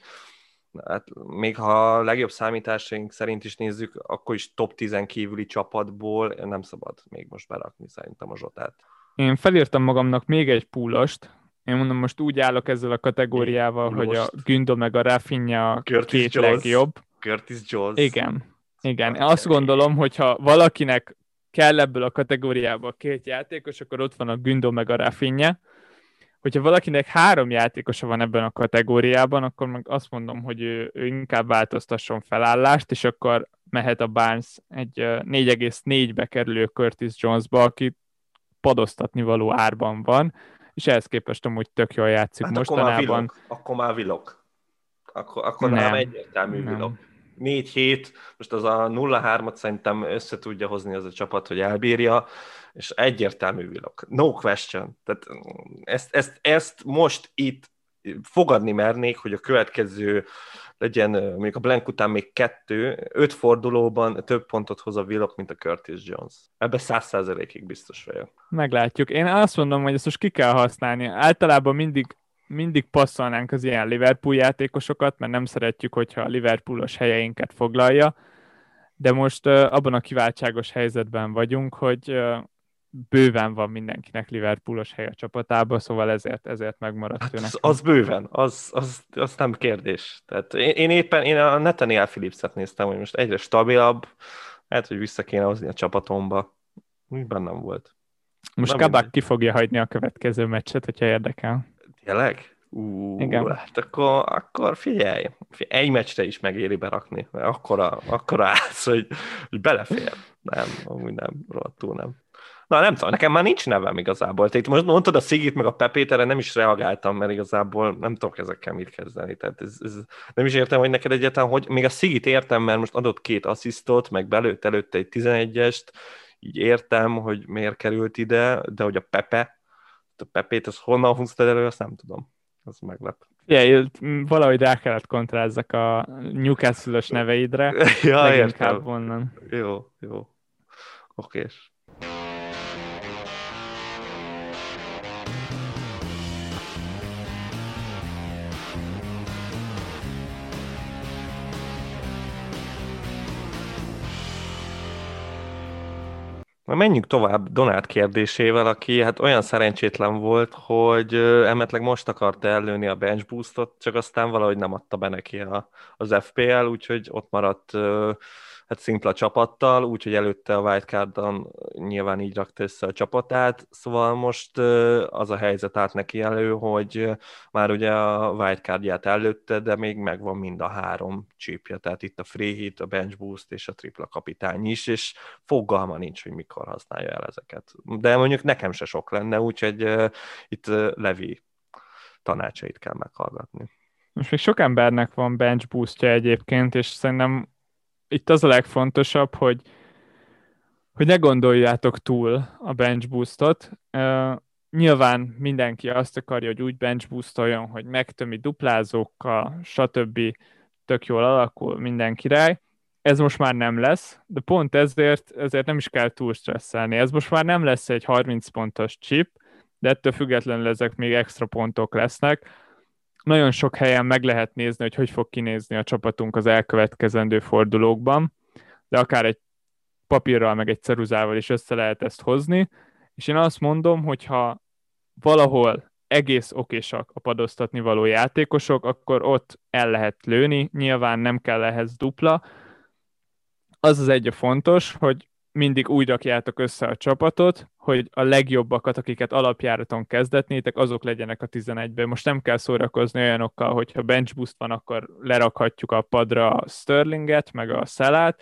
hát még ha a legjobb számításaink szerint is nézzük, akkor is top tíz kívüli csapatból nem szabad még most berakni szerintem a Zsotát. Én felírtam magamnak még egy púlost. Én mondom, most úgy állok ezzel a kategóriával, hogy a Gündo meg a Rafinha a két Jones. Legjobb. Curtis Jones. Igen. Igen. Én azt gondolom, hogyha valakinek kell ebből a kategóriából két játékos, akkor ott van a Gündo meg a Rafinha. Hogyha valakinek három játékosa van ebben a kategóriában, akkor meg azt mondom, hogy ő, ő inkább változtasson felállást, és akkor mehet a Barnes egy négy egész négybe kerülő Curtis Jonesba, aki padoztatni való árban van, és ehhez képest amúgy tök jól játszik hát mostanában. Akkor már vilok. Akkor, akkor nem, nem egyértelmű nem. vilok. négy hét, most az a nulla hármat szerintem össze tudja hozni az a csapat, hogy elbírja, és egyértelmű vilok. No question. Tehát ezt, ezt, ezt most itt fogadni mernék, hogy a következő legyen, mondjuk a blank után még kettő, öt fordulóban több pontot hoz a vilok, mint a Curtis Jones. Ebben száz százalékig biztos vagyok. Meglátjuk. Én azt mondom, hogy ezt most ki kell használni. Általában mindig, mindig passzolnánk az ilyen Liverpool játékosokat, mert nem szeretjük, hogyha a Liverpoolos helyeinket foglalja, de most uh, abban a kiváltságos helyzetben vagyunk, hogy uh, bőven van mindenkinek Liverpoolos hely a csapatában, szóval ezért, ezért megmaradt hát ő az, az bőven, az, az, az nem kérdés. Tehát én, én éppen én a Nathaniel Phillipset néztem, hogy most egyre stabilabb, lehet, hogy vissza kéne hozni a csapatomba. Úgy bennem volt. Most Kabak ki fogja hagyni a következő meccset, hogyha érdekel. Tényleg? Ú, igen. Hát akkor, akkor figyelj, figyelj, egy meccsre is megéri berakni, mert akkora, akkora állsz, hogy, hogy belefér. Nem, amúgy nem, rohadtul nem. Na nem tudom, nekem már nincs nevem igazából. Te itt most mondtad a Szigit meg a Pepét, erre nem is reagáltam, mert igazából nem tudok ezekkel mit kezdeni. Tehát ez, ez, nem is értem, hogy neked egyáltalán, hogy még a Szigit értem, mert most adott két asszisztot, meg belőtt előtte egy tizenegyest, így értem, hogy miért került ide, de hogy a Pepe, a Pepét, az honnan húztad elő, azt nem tudom. Az meglep. Yeah, valahogy rá kellett kontrázzak a Newcastle-ös neveidre. Ja, értem. Onnan. Jó, jó. Okés. Menjünk tovább Donát kérdésével, aki hát olyan szerencsétlen volt, hogy emetleg most akarta ellőni a bench boostot, csak aztán valahogy nem adta be neki a, az ef pé el, úgyhogy ott maradt hát szimpla csapattal, úgyhogy előtte a wildcardon nyilván így rakta össze a csapatát, szóval most az a helyzet állt neki elő, hogy már ugye a wildcardját előtte, de még megvan mind a három chipja, tehát itt a free hit, a bench boost és a tripla kapitány is, és fogalma nincs, hogy mikor használja el ezeket. De mondjuk nekem se sok lenne, úgyhogy uh, itt uh, Levi tanácsait kell meghallgatni. Most még sok embernek van bench boostja egyébként, és szerintem itt az a legfontosabb, hogy, hogy ne gondoljátok túl a bench boostot. Uh, nyilván mindenki azt akarja, hogy úgy bench boostoljon, hogy megtömi duplázókkal, stb. Tök jól alakul, minden király. Ez most már nem lesz, de pont ezért, ezért nem is kell túl stresszelni. Ez most már nem lesz egy harminc pontos chip, de ettől függetlenül ezek még extra pontok lesznek. Nagyon sok helyen meg lehet nézni, hogy hogy fog kinézni a csapatunk az elkövetkezendő fordulókban, de akár egy papírral, meg egy ceruzával is össze lehet ezt hozni, és én azt mondom, hogyha valahol egész okésak a padoztatni való játékosok, akkor ott el lehet lőni, nyilván nem kell ehhez dupla. Az az egy a fontos, hogy mindig úgy rakjátok össze a csapatot, hogy a legjobbakat, akiket alapjáraton kezdetnétek, azok legyenek a tizenegyben. Most nem kell szórakozni olyanokkal, hogyha bench boost van, akkor lerakhatjuk a padra a Sterlinget, meg a Salát.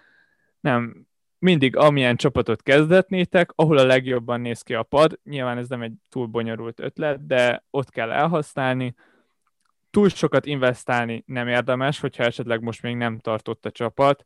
Nem, mindig amilyen csapatot kezdetnétek, ahol a legjobban néz ki a pad, nyilván ez nem egy túl bonyolult ötlet, de ott kell elhasználni. Túl sokat investálni nem érdemes, hogyha esetleg most még nem tartott a csapat.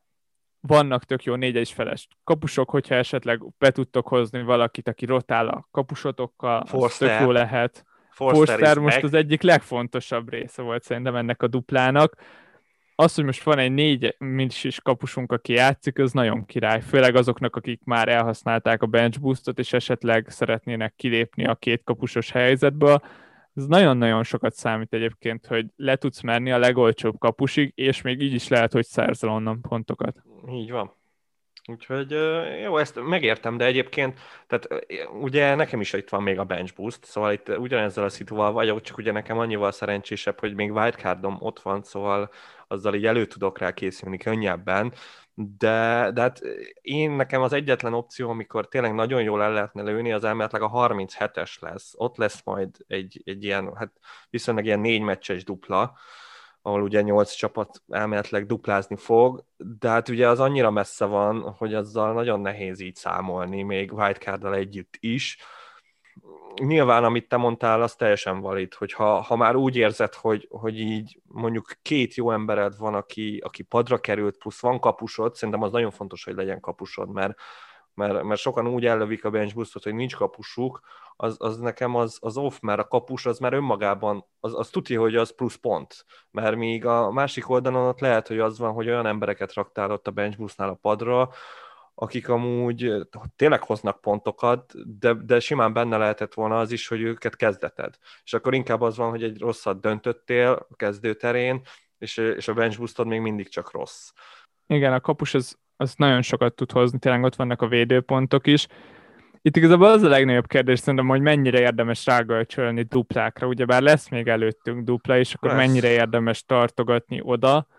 Vannak tök jó négyes feles kapusok, hogyha esetleg be tudtok hozni valakit, aki rotál a kapusotokkal, az tök jó lehet. Forster, Forster most az egyik legfontosabb része volt szerintem ennek a duplának. Az, hogy most van egy négy is kapusunk, aki játszik, az nagyon király. Főleg azoknak, akik már elhasználták a bench boostot, és esetleg szeretnének kilépni a két kapusos helyzetből. Ez nagyon-nagyon sokat számít egyébként, hogy le tudsz menni a legolcsóbb kapusig, és még így is lehet, hogy szerzel onnan pontokat. Így van. Úgyhogy jó, ezt megértem, de egyébként, tehát ugye nekem is itt van még a bench boost, szóval itt ugyanezzel a szituval vagyok, csak ugye nekem annyival szerencsésebb, hogy még wildcardom ott van, szóval azzal így elő tudok rá készülni könnyebben, de, de hát én nekem az egyetlen opció, amikor tényleg nagyon jól el lehetne lőni, az elméletileg a harminchetes lesz. Ott lesz majd egy, egy ilyen, hát viszonylag ilyen négy meccses dupla, ahol ugye nyolc csapat elméletileg duplázni fog, de hát ugye az annyira messze van, hogy azzal nagyon nehéz így számolni, még wildcarddal együtt is. Nyilván, amit te mondtál, az teljesen valid, hogy ha, ha már úgy érzed, hogy, hogy így mondjuk két jó embered van, aki, aki padra került, plusz van kapusod, szerintem az nagyon fontos, hogy legyen kapusod, mert, mert, mert sokan úgy ellövik a bench boostot, hogy nincs kapusuk, az, az nekem az, az off, mert a kapus az már önmagában, az, az tudja, hogy az plusz pont, mert míg a másik oldalon ott lehet, hogy az van, hogy olyan embereket raktál ott a bench boostnál a padra, akik amúgy tényleg hoznak pontokat, de, de simán benne lehetett volna az is, hogy őket kezdeted. És akkor inkább az van, hogy egy rosszat döntöttél a kezdőterén, és, és a bench boostod még mindig csak rossz. Igen, a kapus az, az nagyon sokat tud hozni, tényleg ott vannak a védőpontok is. Itt igazából az a legnagyobb kérdés szerintem, hogy mennyire érdemes rágölcsölni duplákra, ugyebár lesz még előttünk dupla, és akkor lesz. Mennyire érdemes tartogatni oda.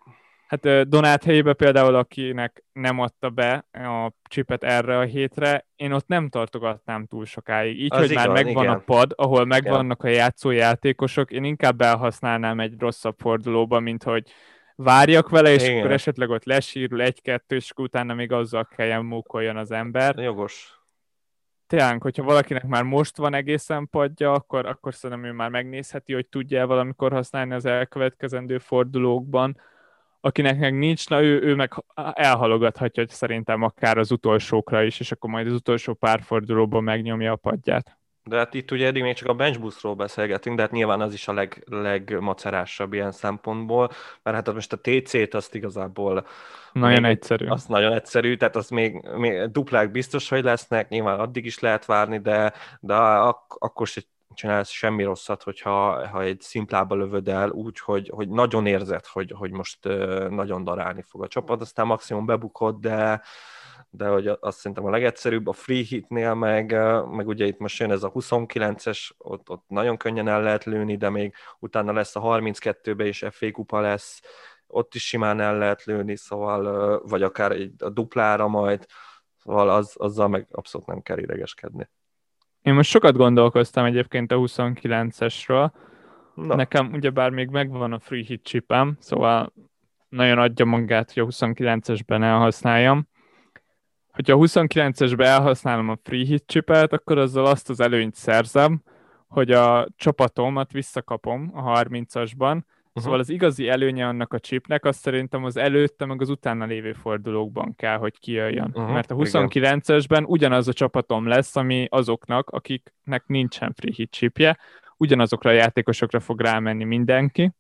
Hát Donát helyébe például, akinek nem adta be a chipet erre a hétre, én ott nem tartogatnám túl sokáig. Így, az hogy igaz, már megvan igen. a pad, ahol megvannak igen. a játszójátékosok, én inkább elhasználnám egy rosszabb fordulóba, mint hogy várjak vele, és igen. akkor esetleg ott lesírul egy-kettő, és utána még azzal kelljen mókoljon az ember. Jogos. Tényleg, hogyha valakinek már most van egészen padja, akkor, akkor szerintem ő már megnézheti, hogy tudja valamikor használni az elkövetkezendő fordulókban. Akinek meg nincs, na ő, ő meg elhalogathatja, hogy szerintem akár az utolsókra is, és akkor majd az utolsó pár fordulóban megnyomja a padját. De hát itt ugye eddig még csak a bench boostról beszélgetünk, de hát nyilván az is a leg, legmacerásabb ilyen szempontból, mert hát most a té cét azt igazából nagyon egyszerű. Az nagyon egyszerű, tehát az még, még duplák biztos, hogy lesznek, nyilván addig is lehet várni, de, de ak- akkor se csinálsz semmi rosszat, hogyha ha egy szimplába lövöd el úgy, hogy, hogy nagyon érzed, hogy, hogy most uh, nagyon darálni fog a csapat, aztán maximum bebukod, de, de hogy azt szerintem a legegyszerűbb, a free hitnél meg, meg ugye itt most jön ez a huszonkilences, ott, ott nagyon könnyen el lehet lőni, de még utána lesz a harminckettőbe is ef á kupa lesz, ott is simán el lehet lőni, szóval, vagy akár egy, a duplára majd, szóval az, azzal meg abszolút nem kell idegeskedni. Én most sokat gondolkoztam egyébként a huszonkilencesről. Na. Nekem ugyebár még megvan a free hit chipem, szóval nagyon adja magát, hogy a huszonkilencesben elhasználjam. Hogyha a huszonkilencesben elhasználom a free hit chipet, akkor azzal azt az előnyt szerzem, hogy a csapatomat visszakapom a harmincasban. Uh-huh. Szóval az igazi előnye annak a chipnek, azt szerintem az előtte, meg az utána lévő fordulókban kell, hogy kijöjjön. Uh-huh. Mert a huszonkilencesben ugyanaz a csapatom lesz, ami azoknak, akiknek nincsen free hit chipje, ugyanazokra a játékosokra fog rámenni mindenki.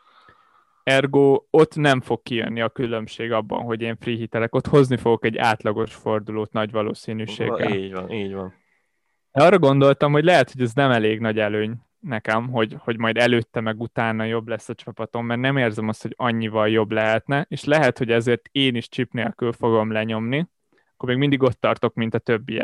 Ergo ott nem fog kijönni a különbség abban, hogy én free hitelek, ott hozni fogok egy átlagos fordulót nagy valószínűséggel. Így van, így van. Arra gondoltam, hogy lehet, hogy ez nem elég nagy előny nekem, hogy, hogy majd előtte meg utána jobb lesz a csapatom, mert nem érzem azt, hogy annyival jobb lehetne, és lehet, hogy ezért én is chip nélkül fogom lenyomni, akkor még mindig ott tartok, mint a többiek.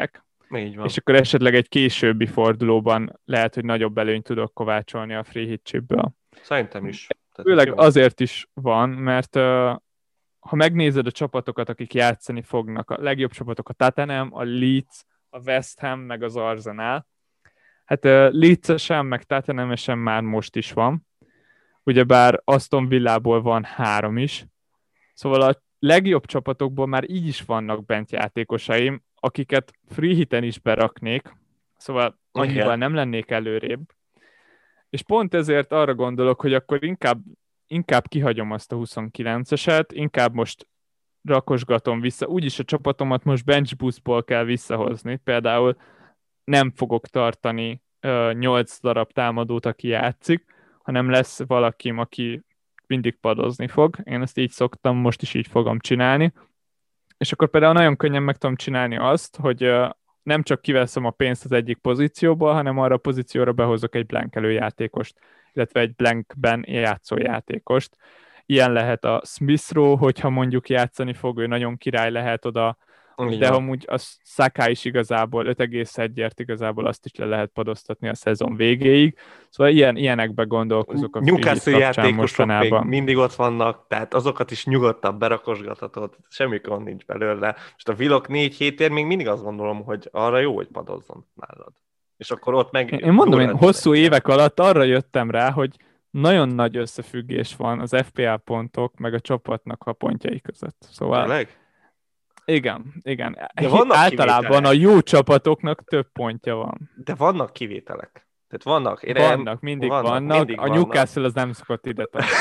Így van. És akkor esetleg egy későbbi fordulóban lehet, hogy nagyobb előnyt tudok kovácsolni a free hit chipből. Szerintem is. Főleg azért is van, mert uh, ha megnézed a csapatokat, akik játszani fognak, a legjobb csapatok a Tottenham, a Leeds, a West Ham, meg az Arsenal. Hát uh, Leeds-esen, meg Tottenham-esen már most is van. Ugyebár Aston Villából van három is. Szóval a legjobb csapatokból már így is vannak bent játékosaim, akiket free hiten is beraknék, szóval annyival okay. nem lennék előrébb. És pont ezért arra gondolok, hogy akkor inkább, inkább kihagyom azt a huszonkilenceset, inkább most rakosgatom vissza. Úgyis a csapatomat most bench boostból kell visszahozni. Például nem fogok tartani uh, nyolc darab támadót, aki játszik, hanem lesz valakim, aki mindig padozni fog. Én ezt így szoktam, most is így fogom csinálni. És akkor például nagyon könnyen meg tudom csinálni azt, hogy uh, nem csak kiveszem a pénzt az egyik pozícióból, hanem arra a pozícióra behozok egy blankelő játékost, illetve egy blankben játszó játékost. Ilyen lehet a Smith Rowe, hogyha mondjuk játszani fog, ő nagyon király lehet oda, igen. De amúgy a Saka is igazából öt egész egyért igazából azt is le lehet padoztatni a szezon végéig. Szóval ilyen, ilyenekbe gondolkozok a Newcastle játékosok még mindig ott vannak, tehát azokat is nyugodtan berakosgathatod, semmi gond nincs belőle. Most a Willock négy hétért még mindig azt gondolom, hogy arra jó, hogy padozzon nálad. És akkor ott meg... Én mondom, én hosszú évek alatt arra jöttem rá, hogy nagyon nagy összefüggés van az ef pé á pontok meg a csapatnak a pontjai között. Szóval... Tényleg? Igen, igen. De általában kivételek. A jó csapatoknak több pontja van. De vannak kivételek. Tehát vannak. Én vannak, mindig vannak. vannak. Mindig a Newcastle az nem szokott ide tartani.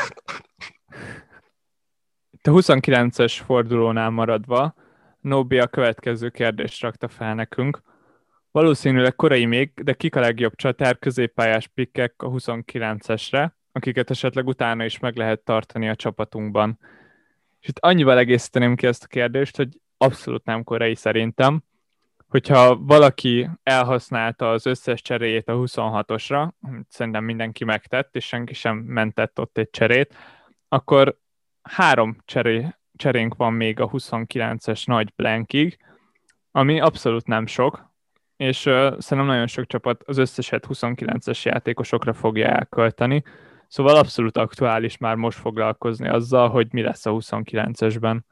A huszonkilences fordulónál maradva, Nobi a következő kérdést rakta fel nekünk. Valószínűleg korai még, de kik a legjobb csatár középpályás pikkek a huszonkilencesre, akiket esetleg utána is meg lehet tartani a csapatunkban. És itt annyival egészíteném ki ezt a kérdést, hogy abszolút nem korai szerintem, hogyha valaki elhasználta az összes cseréjét a huszonhatosra, amit szerintem mindenki megtett, és senki sem mentett ott egy cserét, akkor három cseré, cserénk van még a huszonkilences nagy blankig, ami abszolút nem sok, és uh, szerintem nagyon sok csapat az összeset huszonkilences játékosokra fogja elkölteni, szóval abszolút aktuális már most foglalkozni azzal, hogy mi lesz a huszonkilencesben.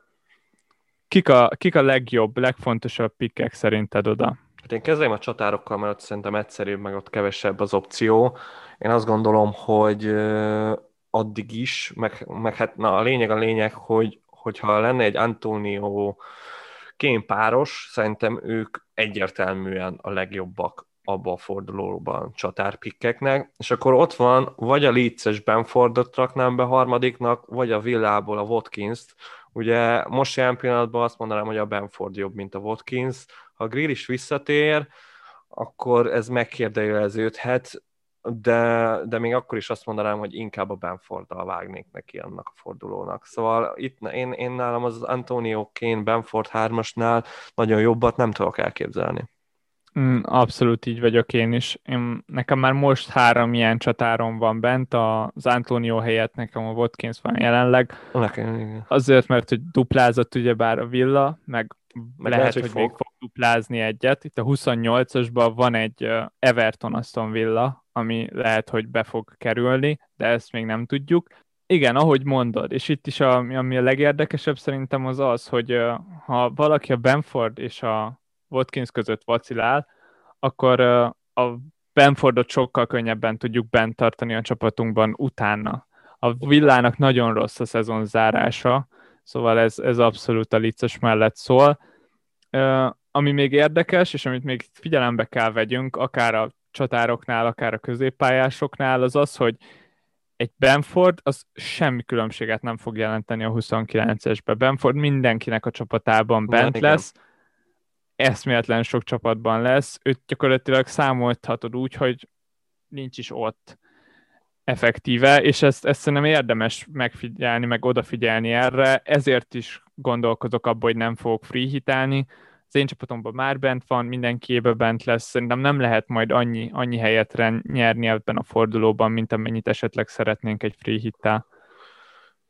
Kik a, kik a legjobb, legfontosabb pikkek szerinted oda? Hát én kezdem a csatárokkal, mert ott szerintem egyszerűbb, meg ott kevesebb az opció. Én azt gondolom, hogy addig is, meg, meg hát na, a lényeg a lényeg, hogy hogyha lenne egy Antonio Kane páros, szerintem ők egyértelműen a legjobbak abban a fordulóban csatárpikkeknek, és akkor ott van, vagy a Leeds-es Bamfordot raknám be harmadiknak, vagy a Villából a Watkins-t. Ugye most jelen pillanatban azt mondanám, hogy a Bamford jobb, mint a Watkins. Ha a Grealish visszatér, akkor ez megkérdőjeleződhet, de, de még akkor is azt mondanám, hogy inkább a Bamforddal vágnék neki annak a fordulónak. Szóval itt én, én nálam az Antonio Kane Bamford hármasnál nagyon jobbat nem tudok elképzelni. Abszolút így vagyok én is. Én, nekem már most három ilyen csatárom van bent, az Antonio helyett nekem a Watkins van jelenleg. Nekem, azért, mert hogy duplázott ugyebár a Villa, meg, meg lehet, lehet, hogy, hogy fog. még fog duplázni egyet. Itt a huszonnyolcasban van egy Everton Aston Villa, ami lehet, hogy be fog kerülni, de ezt még nem tudjuk. Igen, ahogy mondod, és itt is a, ami a legérdekesebb szerintem az az, hogy ha valaki a Bamford és a Watkins között vacilál, akkor a Bamfordot sokkal könnyebben tudjuk bent tartani a csapatunkban utána. A Villának nagyon rossz a szezon zárása, szóval ez, ez abszolút a Leeds-es mellett szól. Ami még érdekes, és amit még figyelembe kell vegyünk, akár a csatároknál, akár a középpályásoknál, az az, hogy egy Bamford, az semmi különbséget nem fog jelenteni a huszonkilencesbe. Bamford mindenkinek a csapatában bent igen, lesz, igen. Eszméletlen sok csapatban lesz, őt gyakorlatilag számolhatod úgy, hogy nincs is ott effektíve, és ezt, ezt szerintem érdemes megfigyelni, meg odafigyelni erre, ezért is gondolkozok abban, hogy nem fogok free hitelni. Az én csapatomban már bent van, mindenkiében bent lesz, szerintem nem lehet majd annyi, annyi helyet nyerni ebben a fordulóban, mint amennyit esetleg szeretnénk egy free hittel.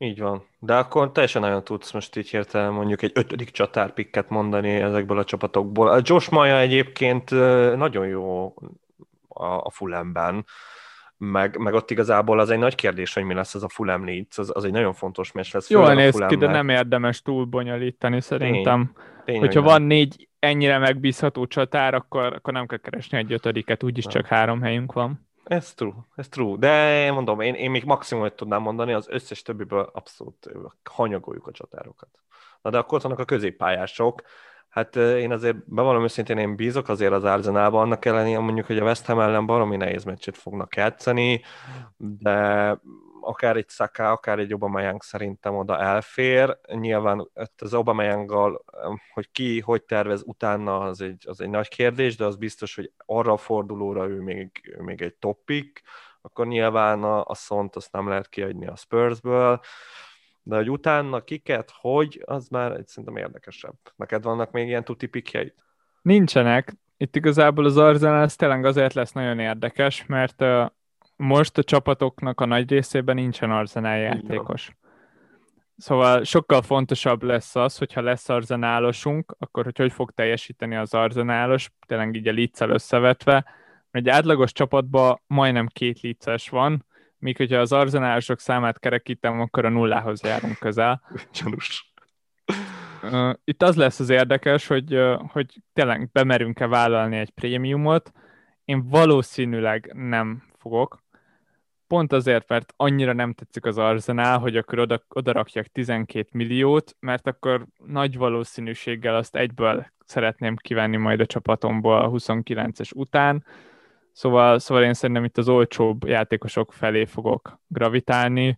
Így van. De akkor teljesen nagyon tudsz most így hirtelen mondjuk egy ötödik csatárpikket mondani ezekből a csapatokból. A Josh Maja egyébként nagyon jó a, a Fulhamben, meg, meg ott igazából az egy nagy kérdés, hogy mi lesz ez a Fulham Leeds, az, az egy nagyon fontos meccs lesz, Jól főleg a néz ki, de Fulhamnek. nem érdemes túl bonyolítani Tény, szerintem. tény, hogy Hogyha van nem. négy ennyire megbízható csatár, akkor, akkor nem kell keresni egy ötödiket, úgyis nem. csak három helyünk van. Ez true, ez true. De én mondom, én, én még maximum, hogy tudnám mondani, az összes többiből abszolút hanyagoljuk a csatárokat. Na de akkor ott vannak a középpályások. Hát én azért bevallom őszintén, én bízok azért az Arsenalban, annak ellenére mondjuk, hogy a West Ham ellen baromi nehéz meccset fognak játszani, de akár egy Saka, akár egy Aubameyang szerintem oda elfér. Nyilván az Aubameyanggal, hogy ki hogy tervez utána, az egy, az egy nagy kérdés, de az biztos, hogy arra a fordulóra ő még, ő még egy toppik, akkor nyilván a, a Sont azt nem lehet kiadni a Spursből, de hogy utána kiket, hogy, az már egy szerintem érdekesebb. Neked vannak még ilyen tuti pikjeid? Nincsenek. Itt igazából az Arsenal ez tényleg azért lesz nagyon érdekes, mert uh, most a csapatoknak a nagy részében nincsen Arsenal játékos. Szóval sokkal fontosabb lesz az, hogyha lesz arzenálosunk, akkor hogy hogy fog teljesíteni az arzenálos, tényleg így a Leeds-el összevetve. Egy átlagos csapatban majdnem két Leeds-es van, míg hogyha az arzenálosok számát kerekítem, akkor a nullához járunk közel. Gyanús. Itt az lesz az érdekes, hogy, hogy tényleg bemerünk-e vállalni egy prémiumot. Én valószínűleg nem fogok. Pont azért, mert annyira nem tetszik az Arsenal, hogy akkor oda, oda rakjak tizenkét milliót, mert akkor nagy valószínűséggel azt egyből szeretném kivenni majd a csapatomból a huszonkilences után. Szóval, szóval én szerintem itt az olcsóbb játékosok felé fogok gravitálni.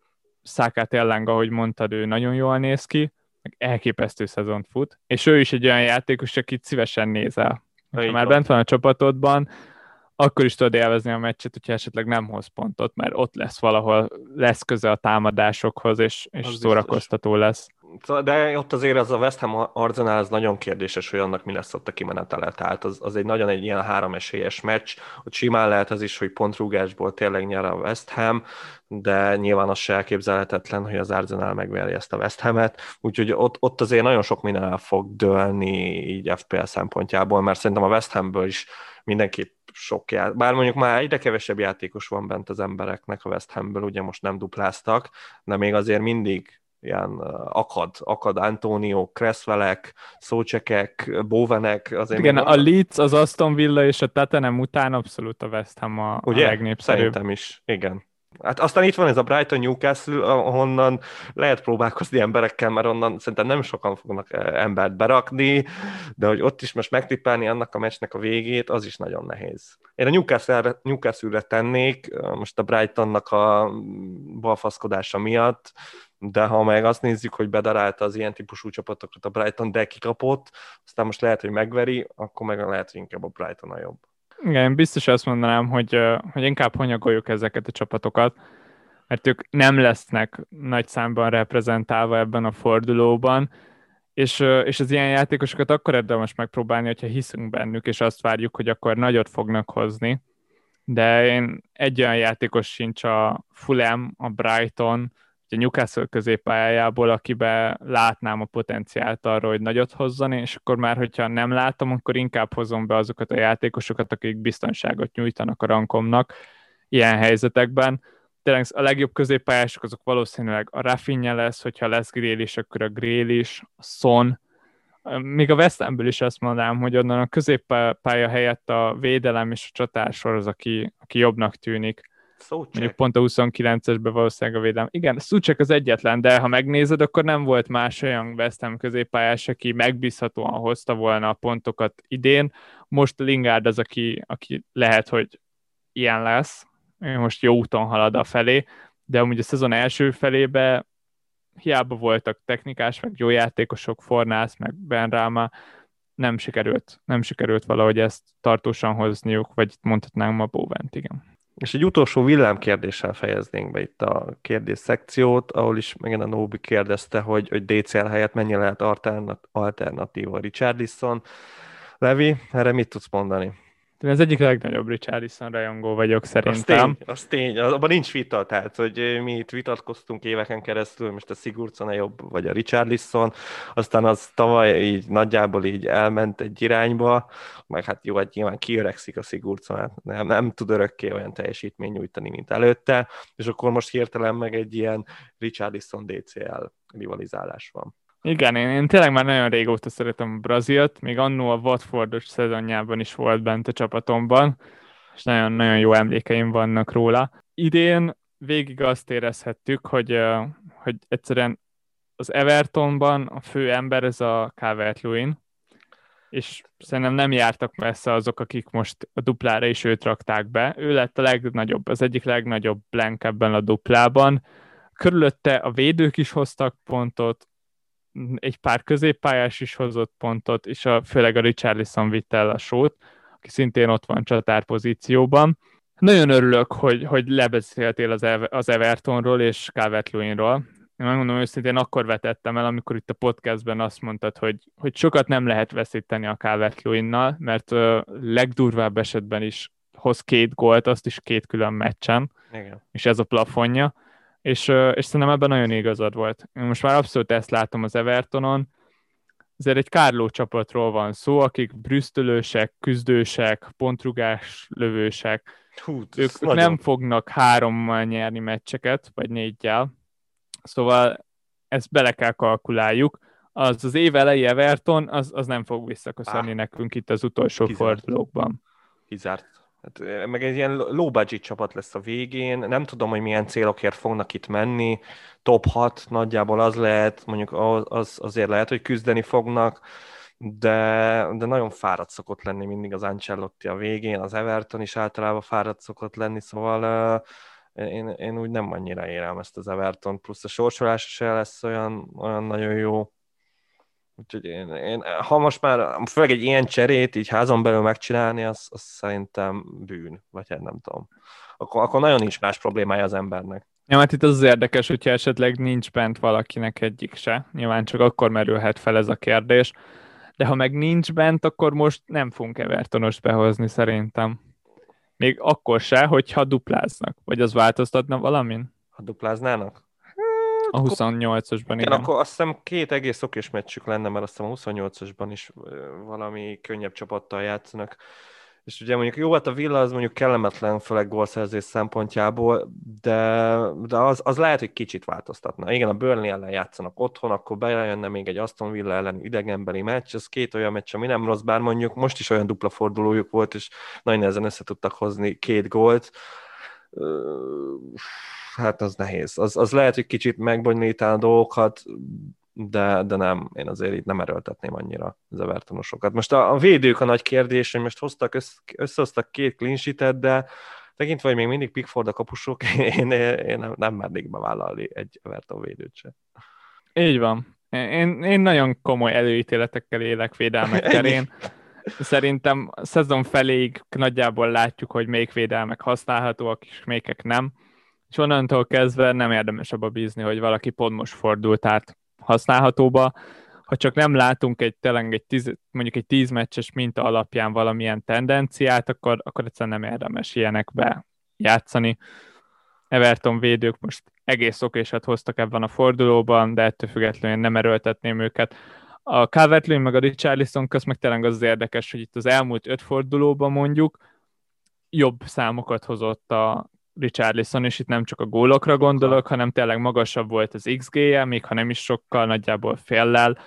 Szákát ellen, ahogy mondtad, ő nagyon jól néz ki, meg elképesztő szezont fut, és ő is egy olyan játékos, akit szívesen nézel. Ha már bent van a csapatodban, akkor is tudod élvezni a meccset, hogyha esetleg nem hoz pontot, mert ott lesz valahol, lesz köze a támadásokhoz, és, és szórakoztató lesz. De ott azért az a West Ham Arsenal az nagyon kérdéses, hogy annak mi lesz ott a kimenetele. Tehát az, az egy nagyon egy ilyen három esélyes meccs, ott simán lehet az is, hogy pontrúgásból tényleg nyer a West Ham, de nyilván az se elképzelhetetlen, hogy az Arsenal megveri ezt a West Hamet, úgyhogy ott, ott azért nagyon sok minden el fog dőlni így ef pé el szempontjából, mert szerintem a West Hamből is mindenképp sok játék. Bár mondjuk már egyre kevesebb játékos van bent az embereknek a West Hamből, ugye most nem dupláztak, de még azért mindig ilyen akad, akad Antonio, Cresswellek, Szócsekek, Bowenek. Azért igen, a Leeds, az Aston Villa és a Tottenham után abszolút a West Ham a, ugye? a legnépszerűbb. Szerintem is, igen. Hát aztán itt van ez a Brighton Newcastle, ahonnan lehet próbálkozni emberekkel, mert onnan szerintem nem sokan fognak embert berakni, de hogy ott is most megtippelni annak a meccsnek a végét, az is nagyon nehéz. Én a Newcastle-re, Newcastle-re tennék, most a Brightonnak a balfaszkodása miatt, de ha meg azt nézzük, hogy bedarálta az ilyen típusú csapatokat a Brighton, de kikapott, aztán most lehet, hogy megveri, akkor meg lehet, hogy inkább a Brighton a jobb. Igen, biztos azt mondanám, hogy, hogy inkább hanyagoljuk ezeket a csapatokat, mert ők nem lesznek nagy számban reprezentálva ebben a fordulóban, és, és az ilyen játékosokat akkor érdemes megpróbálni, hogyha hiszünk bennük, és azt várjuk, hogy akkor nagyot fognak hozni. De én egy olyan játékos sincs a Fulham, a Brighton, a Newcastle középpályájából, akiben látnám a potenciált arra, hogy nagyot hozzon, és akkor már, hogyha nem látom, akkor inkább hozom be azokat a játékosokat, akik biztonságot nyújtanak a rankomnak ilyen helyzetekben. Tényleg a legjobb középpályások azok valószínűleg a Rafinha lesz, hogyha lesz Grealish, akkor a Grealish, a Son. Még a West Hamből is azt mondanám, hogy onnan a középpálya helyett a védelem és a csatársor az, aki, aki jobbnak tűnik. Szócsek. Mondjuk pont a huszonkilencesben valószínűleg a védelem. Igen, Szócsek az egyetlen, de ha megnézed, akkor nem volt más olyan West Ham középpályás, aki megbízhatóan hozta volna a pontokat idén. Most Lingard az, aki, aki lehet, hogy ilyen lesz. Most jó úton halad a felé, de amúgy a szezon első felébe hiába voltak technikás, meg jó játékosok, Fornász, meg Benrahma, nem sikerült, nem sikerült valahogy ezt tartósan hozniuk, vagy mondhatnánk ma Bowent, igen. És egy utolsó villámkérdéssel fejeznénk be itt a kérdés szekciót, ahol is megint a Nóbi kérdezte, hogy, hogy dé cé el helyett mennyi lehet alternat, alternatíva Richarlison. Levi, erre mit tudsz mondani? Ez egyik legnagyobb Richarlison rajongó vagyok Az tény, szerintem. az tény, abban nincs vita, tehát, hogy mi itt vitatkoztunk éveken keresztül, most a Sigurdsson a jobb, vagy a Richarlison, aztán az tavaly így nagyjából így elment egy irányba, meg hát jó, hát nyilván kiöregszik a Sigurdsson, hát nem, nem tud örökké olyan teljesítmény nyújtani, mint előtte, és akkor most hirtelen meg egy ilyen Richarlison dé cé el rivalizálás van. Igen, én, én tényleg már nagyon régóta szeretem a Brazilt, még annó a Watfordos szezonjában is volt bent a csapatomban, és nagyon-nagyon jó emlékeim vannak róla. Idén végig azt érezhettük, hogy, hogy egyszerűen az Evertonban a fő ember ez a Calvert-Lewin, és szerintem nem jártak messze azok, akik most a duplára is őt rakták be. Ő lett a legnagyobb, az egyik legnagyobb blank ebben a duplában. Körülötte a védők is hoztak pontot, egy pár középpályás is hozott pontot, és a, főleg a Richarlison vitte el a sót, aki szintén ott van csatárpozícióban. Nagyon örülök, hogy, hogy lebeszéltél az, Ever- az Evertonról és Calvert-Lewinról. Én megmondom őszintén, akkor vetettem el, amikor itt a podcastben azt mondtad, hogy, hogy sokat nem lehet veszíteni a Calvert-Lewinnal, mert uh, legdurvább esetben is hoz két gólt, azt is két külön meccsen, Igen. és ez a plafonja. És, és szerintem ebben nagyon igazad volt. Én most már abszolút ezt látom az Evertonon. Ezért egy kárló csapatról van szó, akik brüsztölősek, küzdősek, pontrugás lövősek. Hú, ők, ők nem fognak hárommal nyerni meccseket, vagy négyel. Szóval ezt bele kell kalkuláljuk. Az az év elejé Everton, az, az nem fog visszaköszönni ah, nekünk itt az utolsó kizárt. fordulókban. Kizárt. Hát, meg egy ilyen low budget csapat lesz a végén, nem tudom, hogy milyen célokért fognak itt menni, top hat nagyjából az lehet, mondjuk az, azért lehet, hogy küzdeni fognak, de, de nagyon fáradt szokott lenni mindig az Ancelotti a végén, az Everton is általában fáradt szokott lenni, szóval uh, én, én úgy nem annyira érem ezt az Everton, plusz a sorsolás se lesz olyan, olyan nagyon jó. Úgyhogy én, én, ha most már főleg egy ilyen cserét így házon belül megcsinálni, az, az szerintem bűn, vagy hát nem tudom. Akkor, akkor nagyon nincs más problémája az embernek. Ja, mert itt az, az érdekes, hogyha esetleg nincs bent valakinek egyik se. Nyilván csak akkor merülhet fel ez a kérdés. De ha meg nincs bent, akkor most nem fogunk Evertonost behozni szerintem. Még akkor se, hogyha dupláznak. Vagy az változtatna valamin? Ha dupláznának? A huszonnyolcasban, igen. igen. Akkor azt hiszem két egész okés meccsük lenne, mert azt hiszem a huszonnyolcasban is valami könnyebb csapattal játszanak. És ugye mondjuk jó, hát a Villa az mondjuk kellemetlen, főleg gólszerzés szempontjából, de, de az, az lehet, hogy kicsit változtatna. Igen, a Burnley ellen játszanak otthon, akkor bejönne még egy Aston Villa ellen idegenbeli meccs, ez két olyan meccs, ami nem rossz, bár mondjuk most is olyan dupla fordulójuk volt, és nagyon nehezen össze tudtak hozni két gólt. Hát az nehéz. Az, az lehet, hogy kicsit megbonyolítál a dolgokat, de, de nem, én azért így nem erőltetném annyira az Evertonosokat. Most a, a védők a nagy kérdés, hogy most hoztak, össze, összehoztak két clean sheetet, de tekintve, hogy még mindig Pickford a kapusok, én, én nem, nem mernék bevállalni egy Everton védőt se. Így van. Én, én nagyon komoly előítéletekkel élek védelmek terén. Szerintem a szezon feléig nagyjából látjuk, hogy melyik védelmek használhatóak, és melyikek nem. És onnantól kezdve nem érdemes abba bízni, hogy valaki pont most fordult át használhatóba. Ha csak nem látunk egy, tényleg egy tíz, mondjuk egy tíz meccses minta alapján valamilyen tendenciát, akkor, akkor egyszerűen nem érdemes ilyenekbe játszani. Everton védők most egész okésat hoztak ebben a fordulóban, de ettől függetlenül nem erőltetném őket. A Calvert-Lewin meg a Richarlison közt meg tényleg az, az érdekes, hogy itt az elmúlt öt fordulóban mondjuk jobb számokat hozott a Richarlison, és itt nem csak a gólokra gondolok, hanem tényleg magasabb volt az iksz gé-je, még ha nem is sokkal, nagyjából féllel.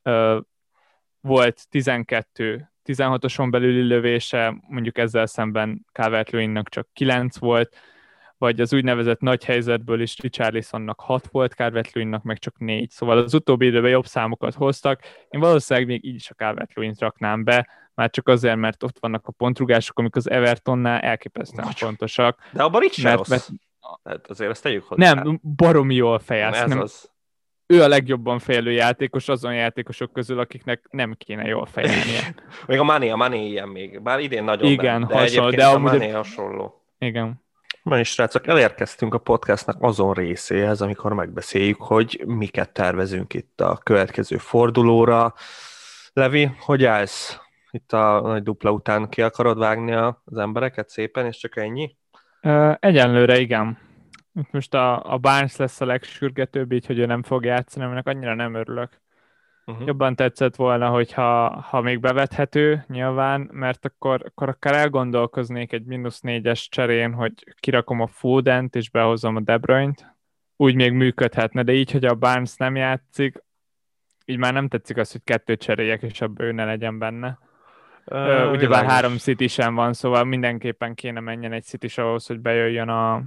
Volt tizenkettő tizenhatoson belüli lövése, mondjuk ezzel szemben Calvert-Lewinnak csak kilenc volt, vagy az úgynevezett nagy helyzetből is Richarlisonnak hat volt, Calvert-Lewinnak meg csak négy. Szóval az utóbbi időben jobb számokat hoztak. Én valószínűleg még így is a Calvert-Lewint raknám be, már csak azért, mert ott vannak a pontrugások, amik az Evertonnál elképesztően Nagy. fontosak. De abban is mert, mert... Hát azért ezt tegyük hozzá. Nem, baromi jól fejez. Nem, az. Ő a legjobban fejlő játékos azon játékosok közül, akiknek nem kéne jól fejelnie. Még a Mané, a Mané ilyen még. Bár idén nagyon Igen, nem, de hasonló, de a Mané hasonló. Igen. Na és srácok, elérkeztünk a podcastnak azon részéhez, amikor megbeszéljük, hogy miket tervezünk itt a következő fordulóra. Levi, hogy állsz itt a nagy dupla után ki akarod vágni az embereket szépen, és csak ennyi? Ö, egyenlőre igen. Itt most a, a Barnes lesz a legsürgetőbb, így, hogy ő nem fog játszani, aminek annyira nem örülök. Uh-huh. Jobban tetszett volna, hogyha ha még bevethető, nyilván, mert akkor, akkor akár elgondolkoznék egy mínusz négyes cserén, hogy kirakom a Fodent és behozom a De Bruyne-t. Úgy még működhetne, de így, hogy a Barnes nem játszik, így már nem tetszik az, hogy kettőt cseréljek, és abban ő ne legyen benne. Uh, Ugyebár három City sem van, szóval mindenképpen kéne menjen egy City ahhoz, hogy bejöjjön a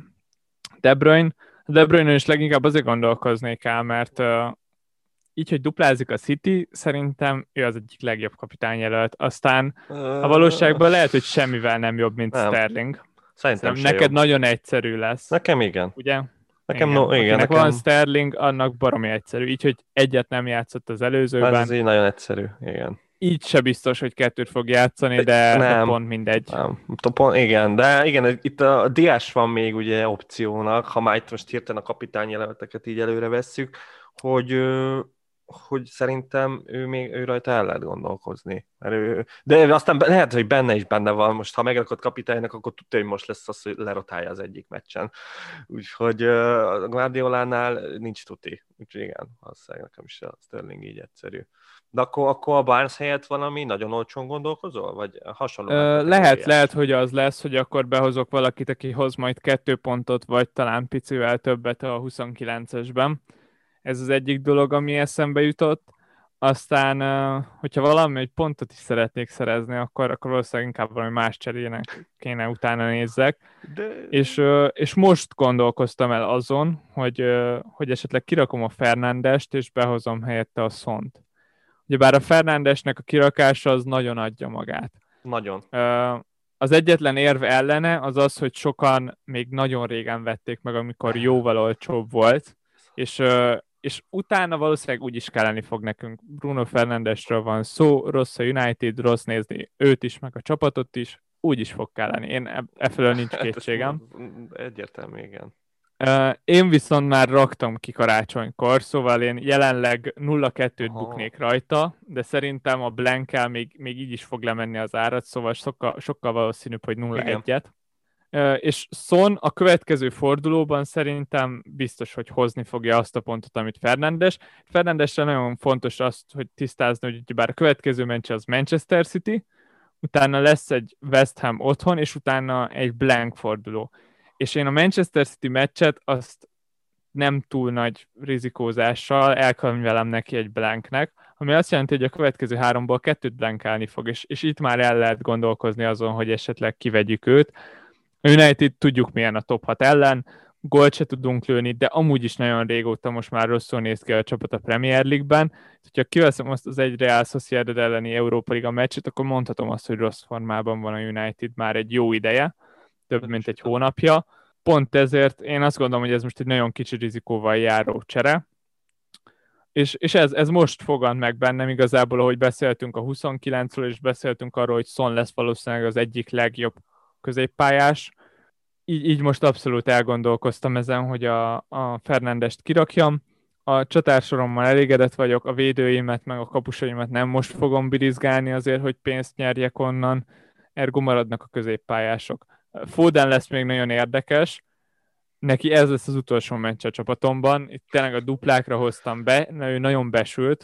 De Bruyne. A De Bruyne is leginkább azért gondolkoznék el, mert uh, így, hogy duplázik a City, szerintem ő az egyik legjobb kapitányjelölt. Aztán a valóságban lehet, hogy semmivel nem jobb, mint nem. Sterling. Szerintem neked jobb. Nagyon egyszerű lesz. Nekem igen. Ugye? Nekem igen. No, igen nekem... van Sterling, annak baromi egyszerű. Így, hogy egyet nem játszott az előzőben. Ez így nagyon egyszerű, igen. Így se biztos, hogy kettőt fog játszani, de, nem, de pont mindegy. Nem, pont, igen, de igen, itt a Diás van még ugye opciónak, ha már itt most hirtelen a kapitányjelölteket így előre vesszük, hogy hogy szerintem ő még ő rajta el lehet gondolkozni. Mert ő, de aztán lehet, hogy benne is benne van. Most, ha megrakott kapitánynak, akkor tudja, hogy most lesz az, hogy lerotálja az egyik meccsen. Úgyhogy a Guardiolánál nincs tuti. Úgyhogy igen, valószínűleg nekem is a Sterling így egyszerű. De akkor, akkor a Barnes helyett valami nagyon olcsón gondolkozol? Vagy hasonló? Ö, lehet, lehet, hogy az lesz, hogy akkor behozok valakit, aki hoz majd kettő pontot, vagy talán picivel többet a huszonkilencesben. Ez az egyik dolog, ami eszembe jutott. Aztán, hogyha valami egy pontot is szeretnék szerezni, akkor, akkor valószínűleg inkább valami más cserének kéne utána nézzek. De... És, és most gondolkoztam el azon, hogy, hogy esetleg kirakom a Fernandest, és behozom helyette a Sont. Ugyebár a Fernandesnek a kirakása az nagyon adja magát. Nagyon. Az egyetlen érv ellene az az, hogy sokan még nagyon régen vették meg, amikor jóval olcsóbb volt, és és utána valószínűleg úgy is kelleni fog nekünk. Bruno Fernandesről van szó, rossz a United, rossz nézni őt is, meg a csapatot is, úgy is fog kelleni. Én e, e felől nincs kétségem. Egyértelmű, igen. Én viszont már raktam ki karácsonykor, szóval én jelenleg nulla kettőt buknék rajta, de szerintem a Blank-kel még, még így is fog lemenni az árat, szóval sokkal, sokkal valószínűbb, hogy nulla egyet. És Son a következő fordulóban szerintem biztos, hogy hozni fogja azt a pontot, amit Fernandes. Fernandesre nagyon fontos azt, hogy tisztázni, hogy bár a következő meccs az Manchester City, utána lesz egy West Ham otthon, és utána egy blank forduló. És én a Manchester City meccset azt nem túl nagy rizikózással elkönyvelem neki egy blanknek, ami azt jelenti, hogy a következő háromból kettőt blankálni fog, és, és itt már el lehet gondolkozni azon, hogy esetleg kivegyük őt. United tudjuk milyen a top hat ellen, gólt se tudunk lőni, de amúgy is nagyon régóta most már rosszul néz ki a csapat a Premier League-ben. Ha kiveszem azt az egy Real Sociedad elleni Európa Liga meccset, akkor mondhatom azt, hogy rossz formában van a United már egy jó ideje, több mint egy hónapja. Pont ezért én azt gondolom, hogy ez most egy nagyon kicsi rizikóval járó csere, és, és ez, ez most fogant meg bennem igazából, ahogy beszéltünk a huszonkilencről, és beszéltünk arról, hogy Son lesz valószínűleg az egyik legjobb középpályás. Így, így most abszolút elgondolkoztam ezen, hogy a, a Fernandest kirakjam. A csatársorommal elégedett vagyok, a védőimet meg a kapusaimat nem most fogom birizgálni azért, hogy pénzt nyerjek onnan, ergo maradnak a középpályások. Foden lesz még nagyon érdekes, neki ez lesz az utolsó meccs a csapatomban, itt tényleg a duplákra hoztam be, ő nagyon besült,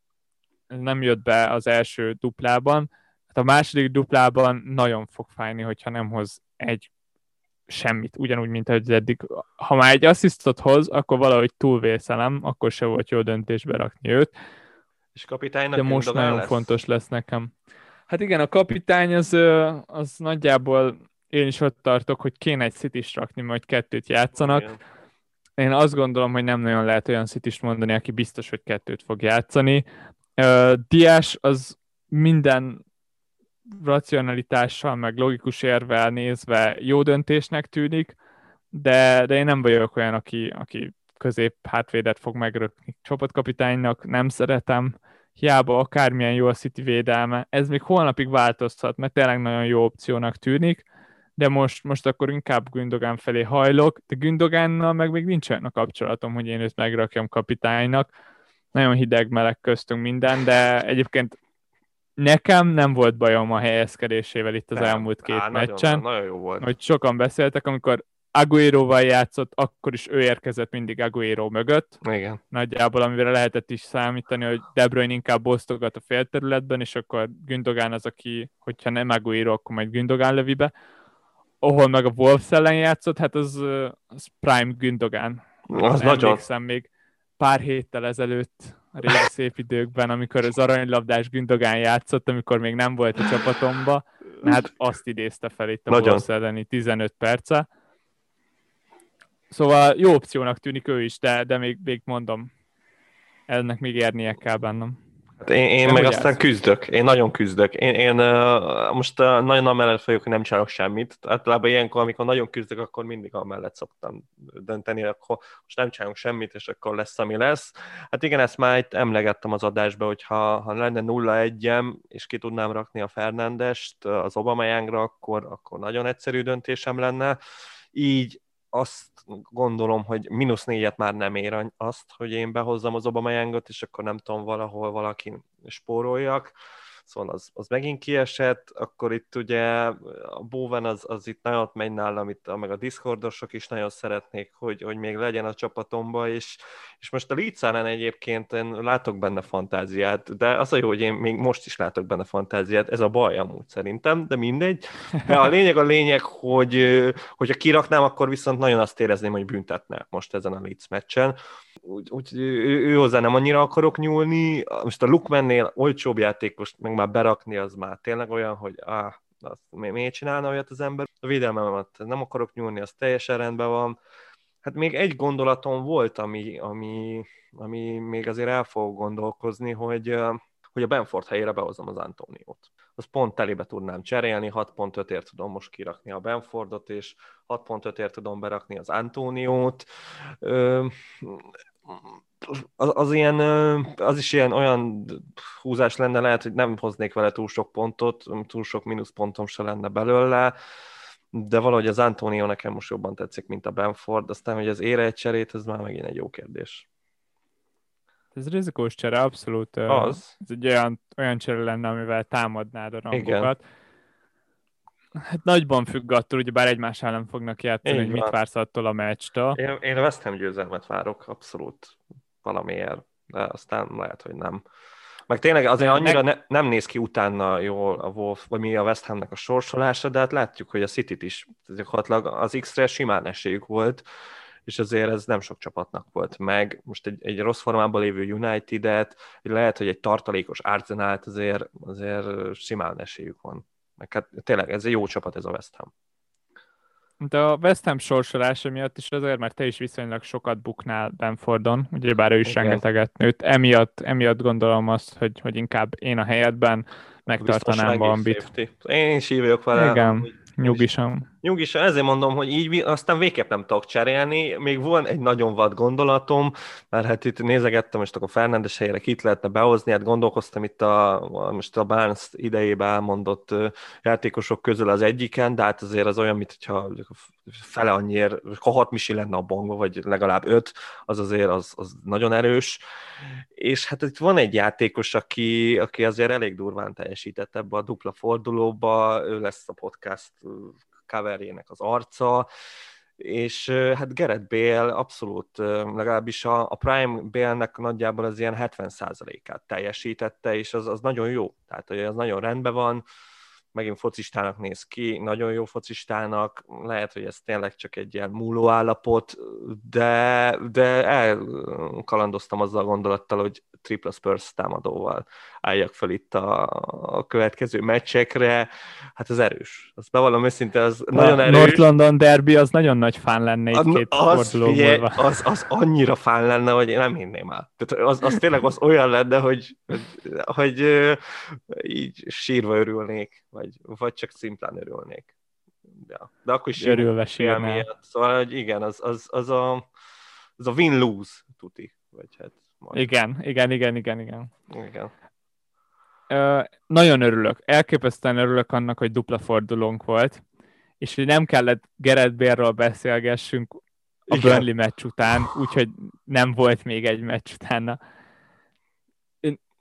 nem jött be az első duplában, hát a második duplában nagyon fog fájni, hogyha nem hoz egy semmit, ugyanúgy, mint ahogy eddig. Ha már egy asszisztot hoz, akkor valahogy túlvészelem, akkor se volt jó döntés berakni őt. És kapitánynak de most nagyon lesz? fontos lesz nekem. Hát igen, a kapitány az, az nagyjából én is ott tartok, hogy kéne egy City-s rakni, majd kettőt játszanak. Igen. Én azt gondolom, hogy nem nagyon lehet olyan City-s mondani, aki biztos, hogy kettőt fog játszani. Uh, Diás az minden racionalitással, meg logikus érvel nézve jó döntésnek tűnik, de, de én nem vagyok olyan, aki, aki közép hátvédet fog megrökni. Csapatkapitánynak nem szeretem, hiába akármilyen jó a City védelme. Ez még holnapig változhat, mert tényleg nagyon jó opciónak tűnik, de most, most akkor inkább Gündogan felé hajlok, de Gündogánnal meg még nincs olyan a kapcsolatom, hogy én őt megrakjam kapitánynak. Nagyon hideg-meleg köztünk minden, de egyébként nekem nem volt bajom a helyezkedésével itt az Nem. elmúlt két Á, meccsen. nagyon, nagyon jó volt. Hogy sokan beszéltek, amikor Agüeróval játszott, akkor is ő érkezett mindig Agüero mögött. Igen. Nagyjából, amire lehetett is számítani, hogy De Bruyne inkább osztogat a félterületben, és akkor Gündogan az, aki, hogyha nem Agüero, akkor majd Gündogan lövi be. Ahol meg a Wolves ellen játszott, hát az, az Prime Gündogan. Az Emlékszem még pár héttel ezelőtt, a régi szép időkben, amikor az aranylabdás Gündogan játszott, amikor még nem volt a csapatomba, na hát azt idézte fel itt a nagyon. Wolves elleni tizenöt perce. Szóval jó opciónak tűnik ő is, de, de még, még mondom, ennek még érnie kell bennem. Hát én, én meg aztán állsz? küzdök, én nagyon küzdök. Én, én uh, most uh, nagyon amellett vagyok, hogy nem csinálok semmit. Általában ilyenkor, amikor nagyon küzdök, akkor mindig amellett szoktam dönteni, akkor most nem csinálunk semmit, és akkor lesz, ami lesz. Hát igen, ezt már itt emlegettem az adásba, hogy ha, ha lenne nulla egyem, és ki tudnám rakni a Fernandest az Aubameyangra, akkor, akkor nagyon egyszerű döntésem lenne. Így azt gondolom, hogy mínusz négyet már nem ér azt, hogy én behozzam az Aubameyangot, és akkor nem tudom, valahol valakin spóroljak. Szóval az, az megint kiesett, akkor itt ugye a Bowen az, az itt nagyon megy nálam, itt, meg a Discordosok is nagyon szeretnék, hogy, hogy még legyen a csapatomba, és, és most a Leeds ellen egyébként én látok benne fantáziát, de az a jó, hogy én még most is látok benne fantáziát, ez a baj amúgy szerintem, de mindegy. De a lényeg a lényeg, hogy hogyha kiraknám, akkor viszont nagyon azt érezném, hogy büntetne most ezen a Leeds meccsen. Úgy, úgy ő, ő hozzá nem annyira akarok nyúlni, most a Lookmannél olcsóbb játékost meg már berakni, az már tényleg olyan, hogy áh, azt miért csinálna olyat az ember? A védelmemet nem akarok nyúlni, az teljesen rendben van. Hát még egy gondolatom volt, ami, ami, ami még azért el fog gondolkozni, hogy, hogy a Benford helyére behozom az Antoniót. Az pont telébe tudnám cserélni, hat pont ötért tudom most kirakni a Benfordot, és hat pont ötért tudom berakni az Antoniót. Az, az, ilyen, az is ilyen olyan húzás lenne, lehet, hogy nem hoznék vele túl sok pontot, túl sok mínuszpontom se lenne belőle, de valahogy az Antonio nekem most jobban tetszik, mint a Benford, aztán, hogy az ére egy cserét, ez már megint egy jó kérdés. Ez rizikós csere, abszolút. Az. Ez egy olyan, olyan csere lenne, amivel támadnád a rangokat. Igen. Hát nagyban függ attól, hogy bár egymás ellen fognak játszani, hogy mit vársz attól a meccstől. Én, én a West Ham győzelmet várok, abszolút valamiért, de aztán lehet, hogy nem. Meg tényleg azért annyira ne, nem néz ki utána jól a Wolf, vagy mi a West Hamnek a sorsolása, de hát látjuk, hogy a Cityt is gyakorlatilag az X-re simán esélyük volt, és azért ez nem sok csapatnak volt meg. Most egy, egy rossz formában lévő United-et, lehet, hogy egy tartalékos Arsenalt azért, azért simán esélyük van. Meg hát tényleg ez egy jó csapat, ez a West Ham. De a West Ham sorsolása miatt is azért, mert te is viszonylag sokat buknál Benfordon, ugyebár ő is igen. rengeteget nőtt. Emiatt, emiatt gondolom azt, hogy, hogy inkább én a helyedben megtartanám Bambit. Én is így vagyok vele. Igen, nyugisan. Nyugisan, ezért mondom, hogy így aztán végképp nem tudok cserélni. Még van egy nagyon vad gondolatom, mert hát itt nézegettem, most akkor Fernandes helyére kit lehetne behozni, hát gondolkoztam itt a, most a Barnes idejében elmondott játékosok közül az egyiken, de hát azért az olyan, mintha fele annyiért, ha hat misi lenne a bankba, vagy legalább öt, az azért az, az nagyon erős. És hát itt van egy játékos, aki, aki azért elég durván teljesített ebbe a dupla fordulóba, ő lesz a podcast coverjének az arca, és hát Gareth Bale abszolút, legalábbis a, a Prime Bale-nek nagyjából az ilyen hetven százalékát teljesítette, és az, az nagyon jó, tehát az nagyon rendben van, megint focistának néz ki, nagyon jó focistának, lehet, hogy ez tényleg csak egy ilyen múló állapot, de, de elkalandoztam azzal a gondolattal, hogy tripla Spurs támadóval álljak fel itt a, a következő meccsekre, hát az erős. Azt bevallom őszintén, az a nagyon erős. North London derby az nagyon nagy fán lenne itt két forduló múlva. Az, az annyira fán lenne, hogy én nem hinném el. Tehát az, az tényleg az olyan lenne, hogy, hogy, hogy így sírva örülnék, vagy, vagy csak szimplán örülnék. Ja. De akkor is örülve sírnál. Szóval, hogy igen, az, az, az a, az a win-lose tuti. Vagy hát majd. Igen, igen, igen, igen, igen. Igen. Uh, nagyon örülök, elképesztően örülök annak, hogy dupla fordulónk volt, és hogy nem kellett Gareth Bale-ről beszélgessünk a igen. Burnley meccs után, úgyhogy nem volt még egy meccs utána. Én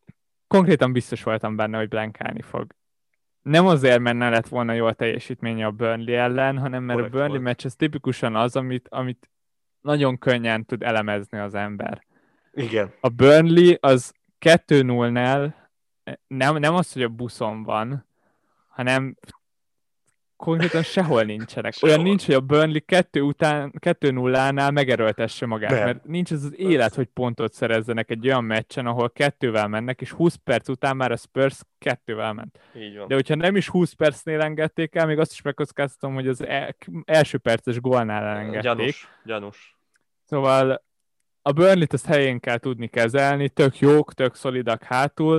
konkrétan biztos voltam benne, hogy blankálni fog. Nem azért, mert ne lett volna jó a teljesítménye a Burnley ellen, hanem mert Korrekt a Burnley volt. meccs ez tipikusan az, amit, amit nagyon könnyen tud elemezni az ember. Igen. A Burnley az kettő nullnál nem, nem az, hogy a buszon van, hanem konkrétan sehol nincsenek. Sehol. Olyan nincs, hogy a Burnley kettő után, kettő nullánál megerőltesse magát, Nem. mert nincs ez az élet, hogy pontot szerezzenek egy olyan meccsen, ahol kettővel mennek, és húsz perc után már a Spurs kettővel ment. Így van. De hogyha nem is húsz percnél engedték el, még azt is megkockáztatom, hogy az el, első perces gólnál elengedték. Gyanús, gyanús. Szóval a Burnley-t azt helyén kell tudni kezelni, tök jók, tök szolidak hátul.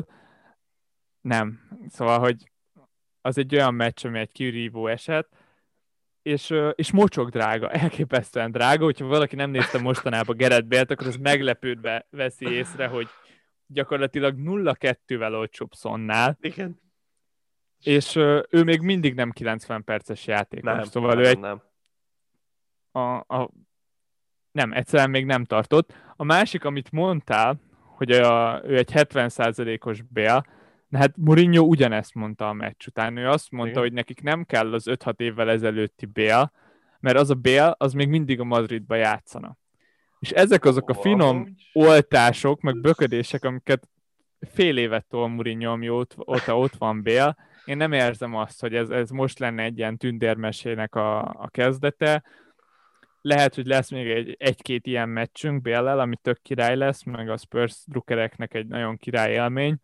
Nem. Szóval, hogy az egy olyan meccs, ami egy kirívó eset, és, és mocsok drága, elképesztően drága, hogyha valaki nem nézte mostanában Gareth Bale-t, akkor az meglepődve veszi észre, hogy gyakorlatilag nulla kettővel olcsóbb Sonnál. Igen. És ő még mindig nem kilencven perces játékos. Nem, szóval nem, ő egy, nem. A, a, nem, egyszerűen még nem tartott. A másik, amit mondtál, hogy a, ő egy hetven százalékos Bale, de hát Mourinho ugyanezt mondta a meccs után. Ő azt mondta, Igen. hogy nekik nem kell az öt-hat évvel ezelőtti Bale, mert az a Bale, az még mindig a Madridba játszana. És ezek azok a finom oltások, meg böködések, amiket fél évet tol Mourinho, amióta ott van Bale. Én nem érzem azt, hogy ez, ez most lenne egy ilyen tündérmesének a, a kezdete. Lehet, hogy lesz még egy, egy-két ilyen meccsünk Bale-lel, ami tök király lesz, meg a Spurs drukkereknek egy nagyon király élmény,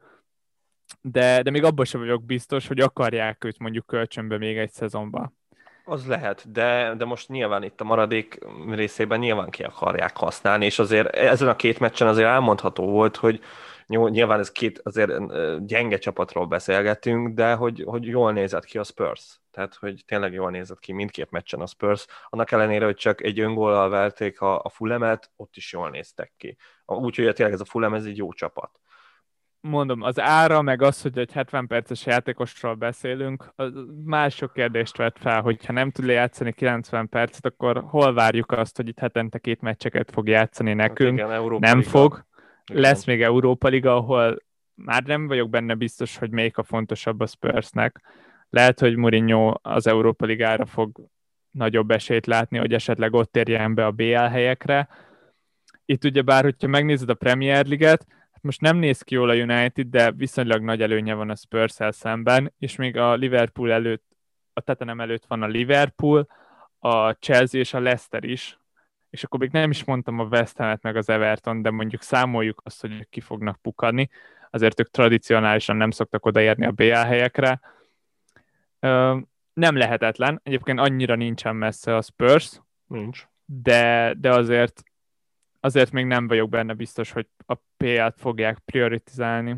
de, de még abban sem vagyok biztos, hogy akarják őt mondjuk kölcsönbe még egy szezonban. Az lehet, de, de most nyilván itt a maradék részében nyilván ki akarják használni, és azért ezen a két meccsen azért elmondható volt, hogy nyilván ez két azért gyenge csapatról beszélgetünk, de hogy, hogy jól nézett ki a Spurs. Tehát, hogy tényleg jól nézett ki mindkét meccsen a Spurs. Annak ellenére, hogy csak egy öngóllal verték a, a Fulhamet, ott is jól néztek ki. Úgyhogy tényleg ez a Fulham, ez egy jó csapat. Mondom, az ára, meg az, hogy egy hetven perces játékosról beszélünk, mások kérdést vett fel, hogyha nem tud lejátszani kilencven percet, akkor hol várjuk azt, hogy itt hetente két meccseket fog játszani nekünk? Hát igen, nem Liga. Fog. Igen. Lesz még Európa Liga, ahol már nem vagyok benne biztos, hogy melyik a fontosabb a Spursnek. Lehet, hogy Mourinho az Európa Ligára fog nagyobb esélyt látni, hogy esetleg ott érjen be a bé el helyekre. Itt ugyebár, hogyha megnézed a Premier League-et, most nem néz ki jól a United, de viszonylag nagy előnye van a Spurs-el szemben, és még a Liverpool előtt, a Tottenham előtt van a Liverpool, a Chelsea és a Leicester is, és akkor még nem is mondtam a West Hamet meg az Everton, de mondjuk számoljuk azt, hogy ők ki fognak pukadni, azért ők tradicionálisan nem szoktak odaérni a bé el helyekre. Nem lehetetlen, egyébként annyira nincsen messze a Spurs, Nincs. de, de azért azért még nem vagyok benne biztos, hogy a pé el-t fogják prioritizálni.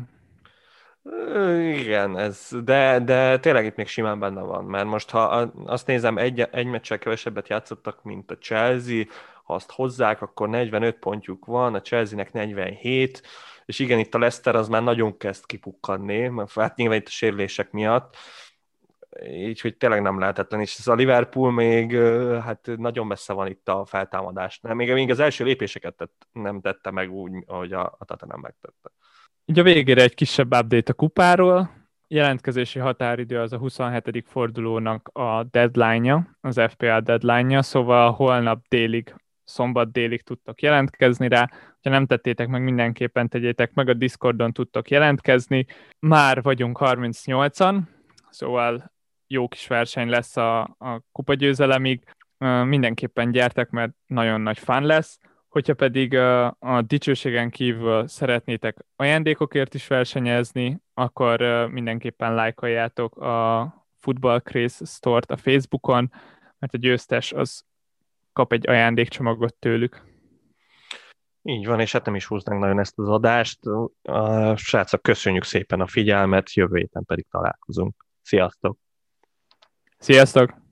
Igen, ez, de, de tényleg itt még simán benne van, mert most ha azt nézem, egy, egy meccsel kevesebbet játszottak, mint a Chelsea, ha azt hozzák, akkor negyvenöt pontjuk van, a Chelsea-nek negyvenhét, és igen, itt a Leicester az már nagyon kezd kipukkadni, mert hát nyilván itt a sérülések miatt, így, hogy tényleg nem lehetetlen, és ez a Liverpool még hát nagyon messze van itt a feltámadásnál, még, még az első lépéseket tett, nem tette meg úgy, ahogy a, a Tottenham megtette. Így a végére egy kisebb update a kupáról. Jelentkezési határidő az a huszonhetedik fordulónak a deadline-ja, az ef pé el deadline-ja, szóval holnap délig, szombat délig tudtok jelentkezni rá. Ha nem tettétek meg, mindenképpen tegyétek meg, a Discordon tudtok jelentkezni. Már vagyunk harmincnyolcan, szóval jó kis verseny lesz a, a kupagyőzelemig. Mindenképpen gyertek, mert nagyon nagy fun lesz. Hogyha pedig a, a dicsőségen kívül szeretnétek ajándékokért is versenyezni, akkor mindenképpen lájkoljátok a Football Craze Store-t a Facebookon, mert a győztes az kap egy ajándékcsomagot tőlük. Így van, és hát nem is húznánk nagyon ezt az adást. A srácok, köszönjük szépen a figyelmet, jövő héten pedig találkozunk. Sziasztok! Sziasztok!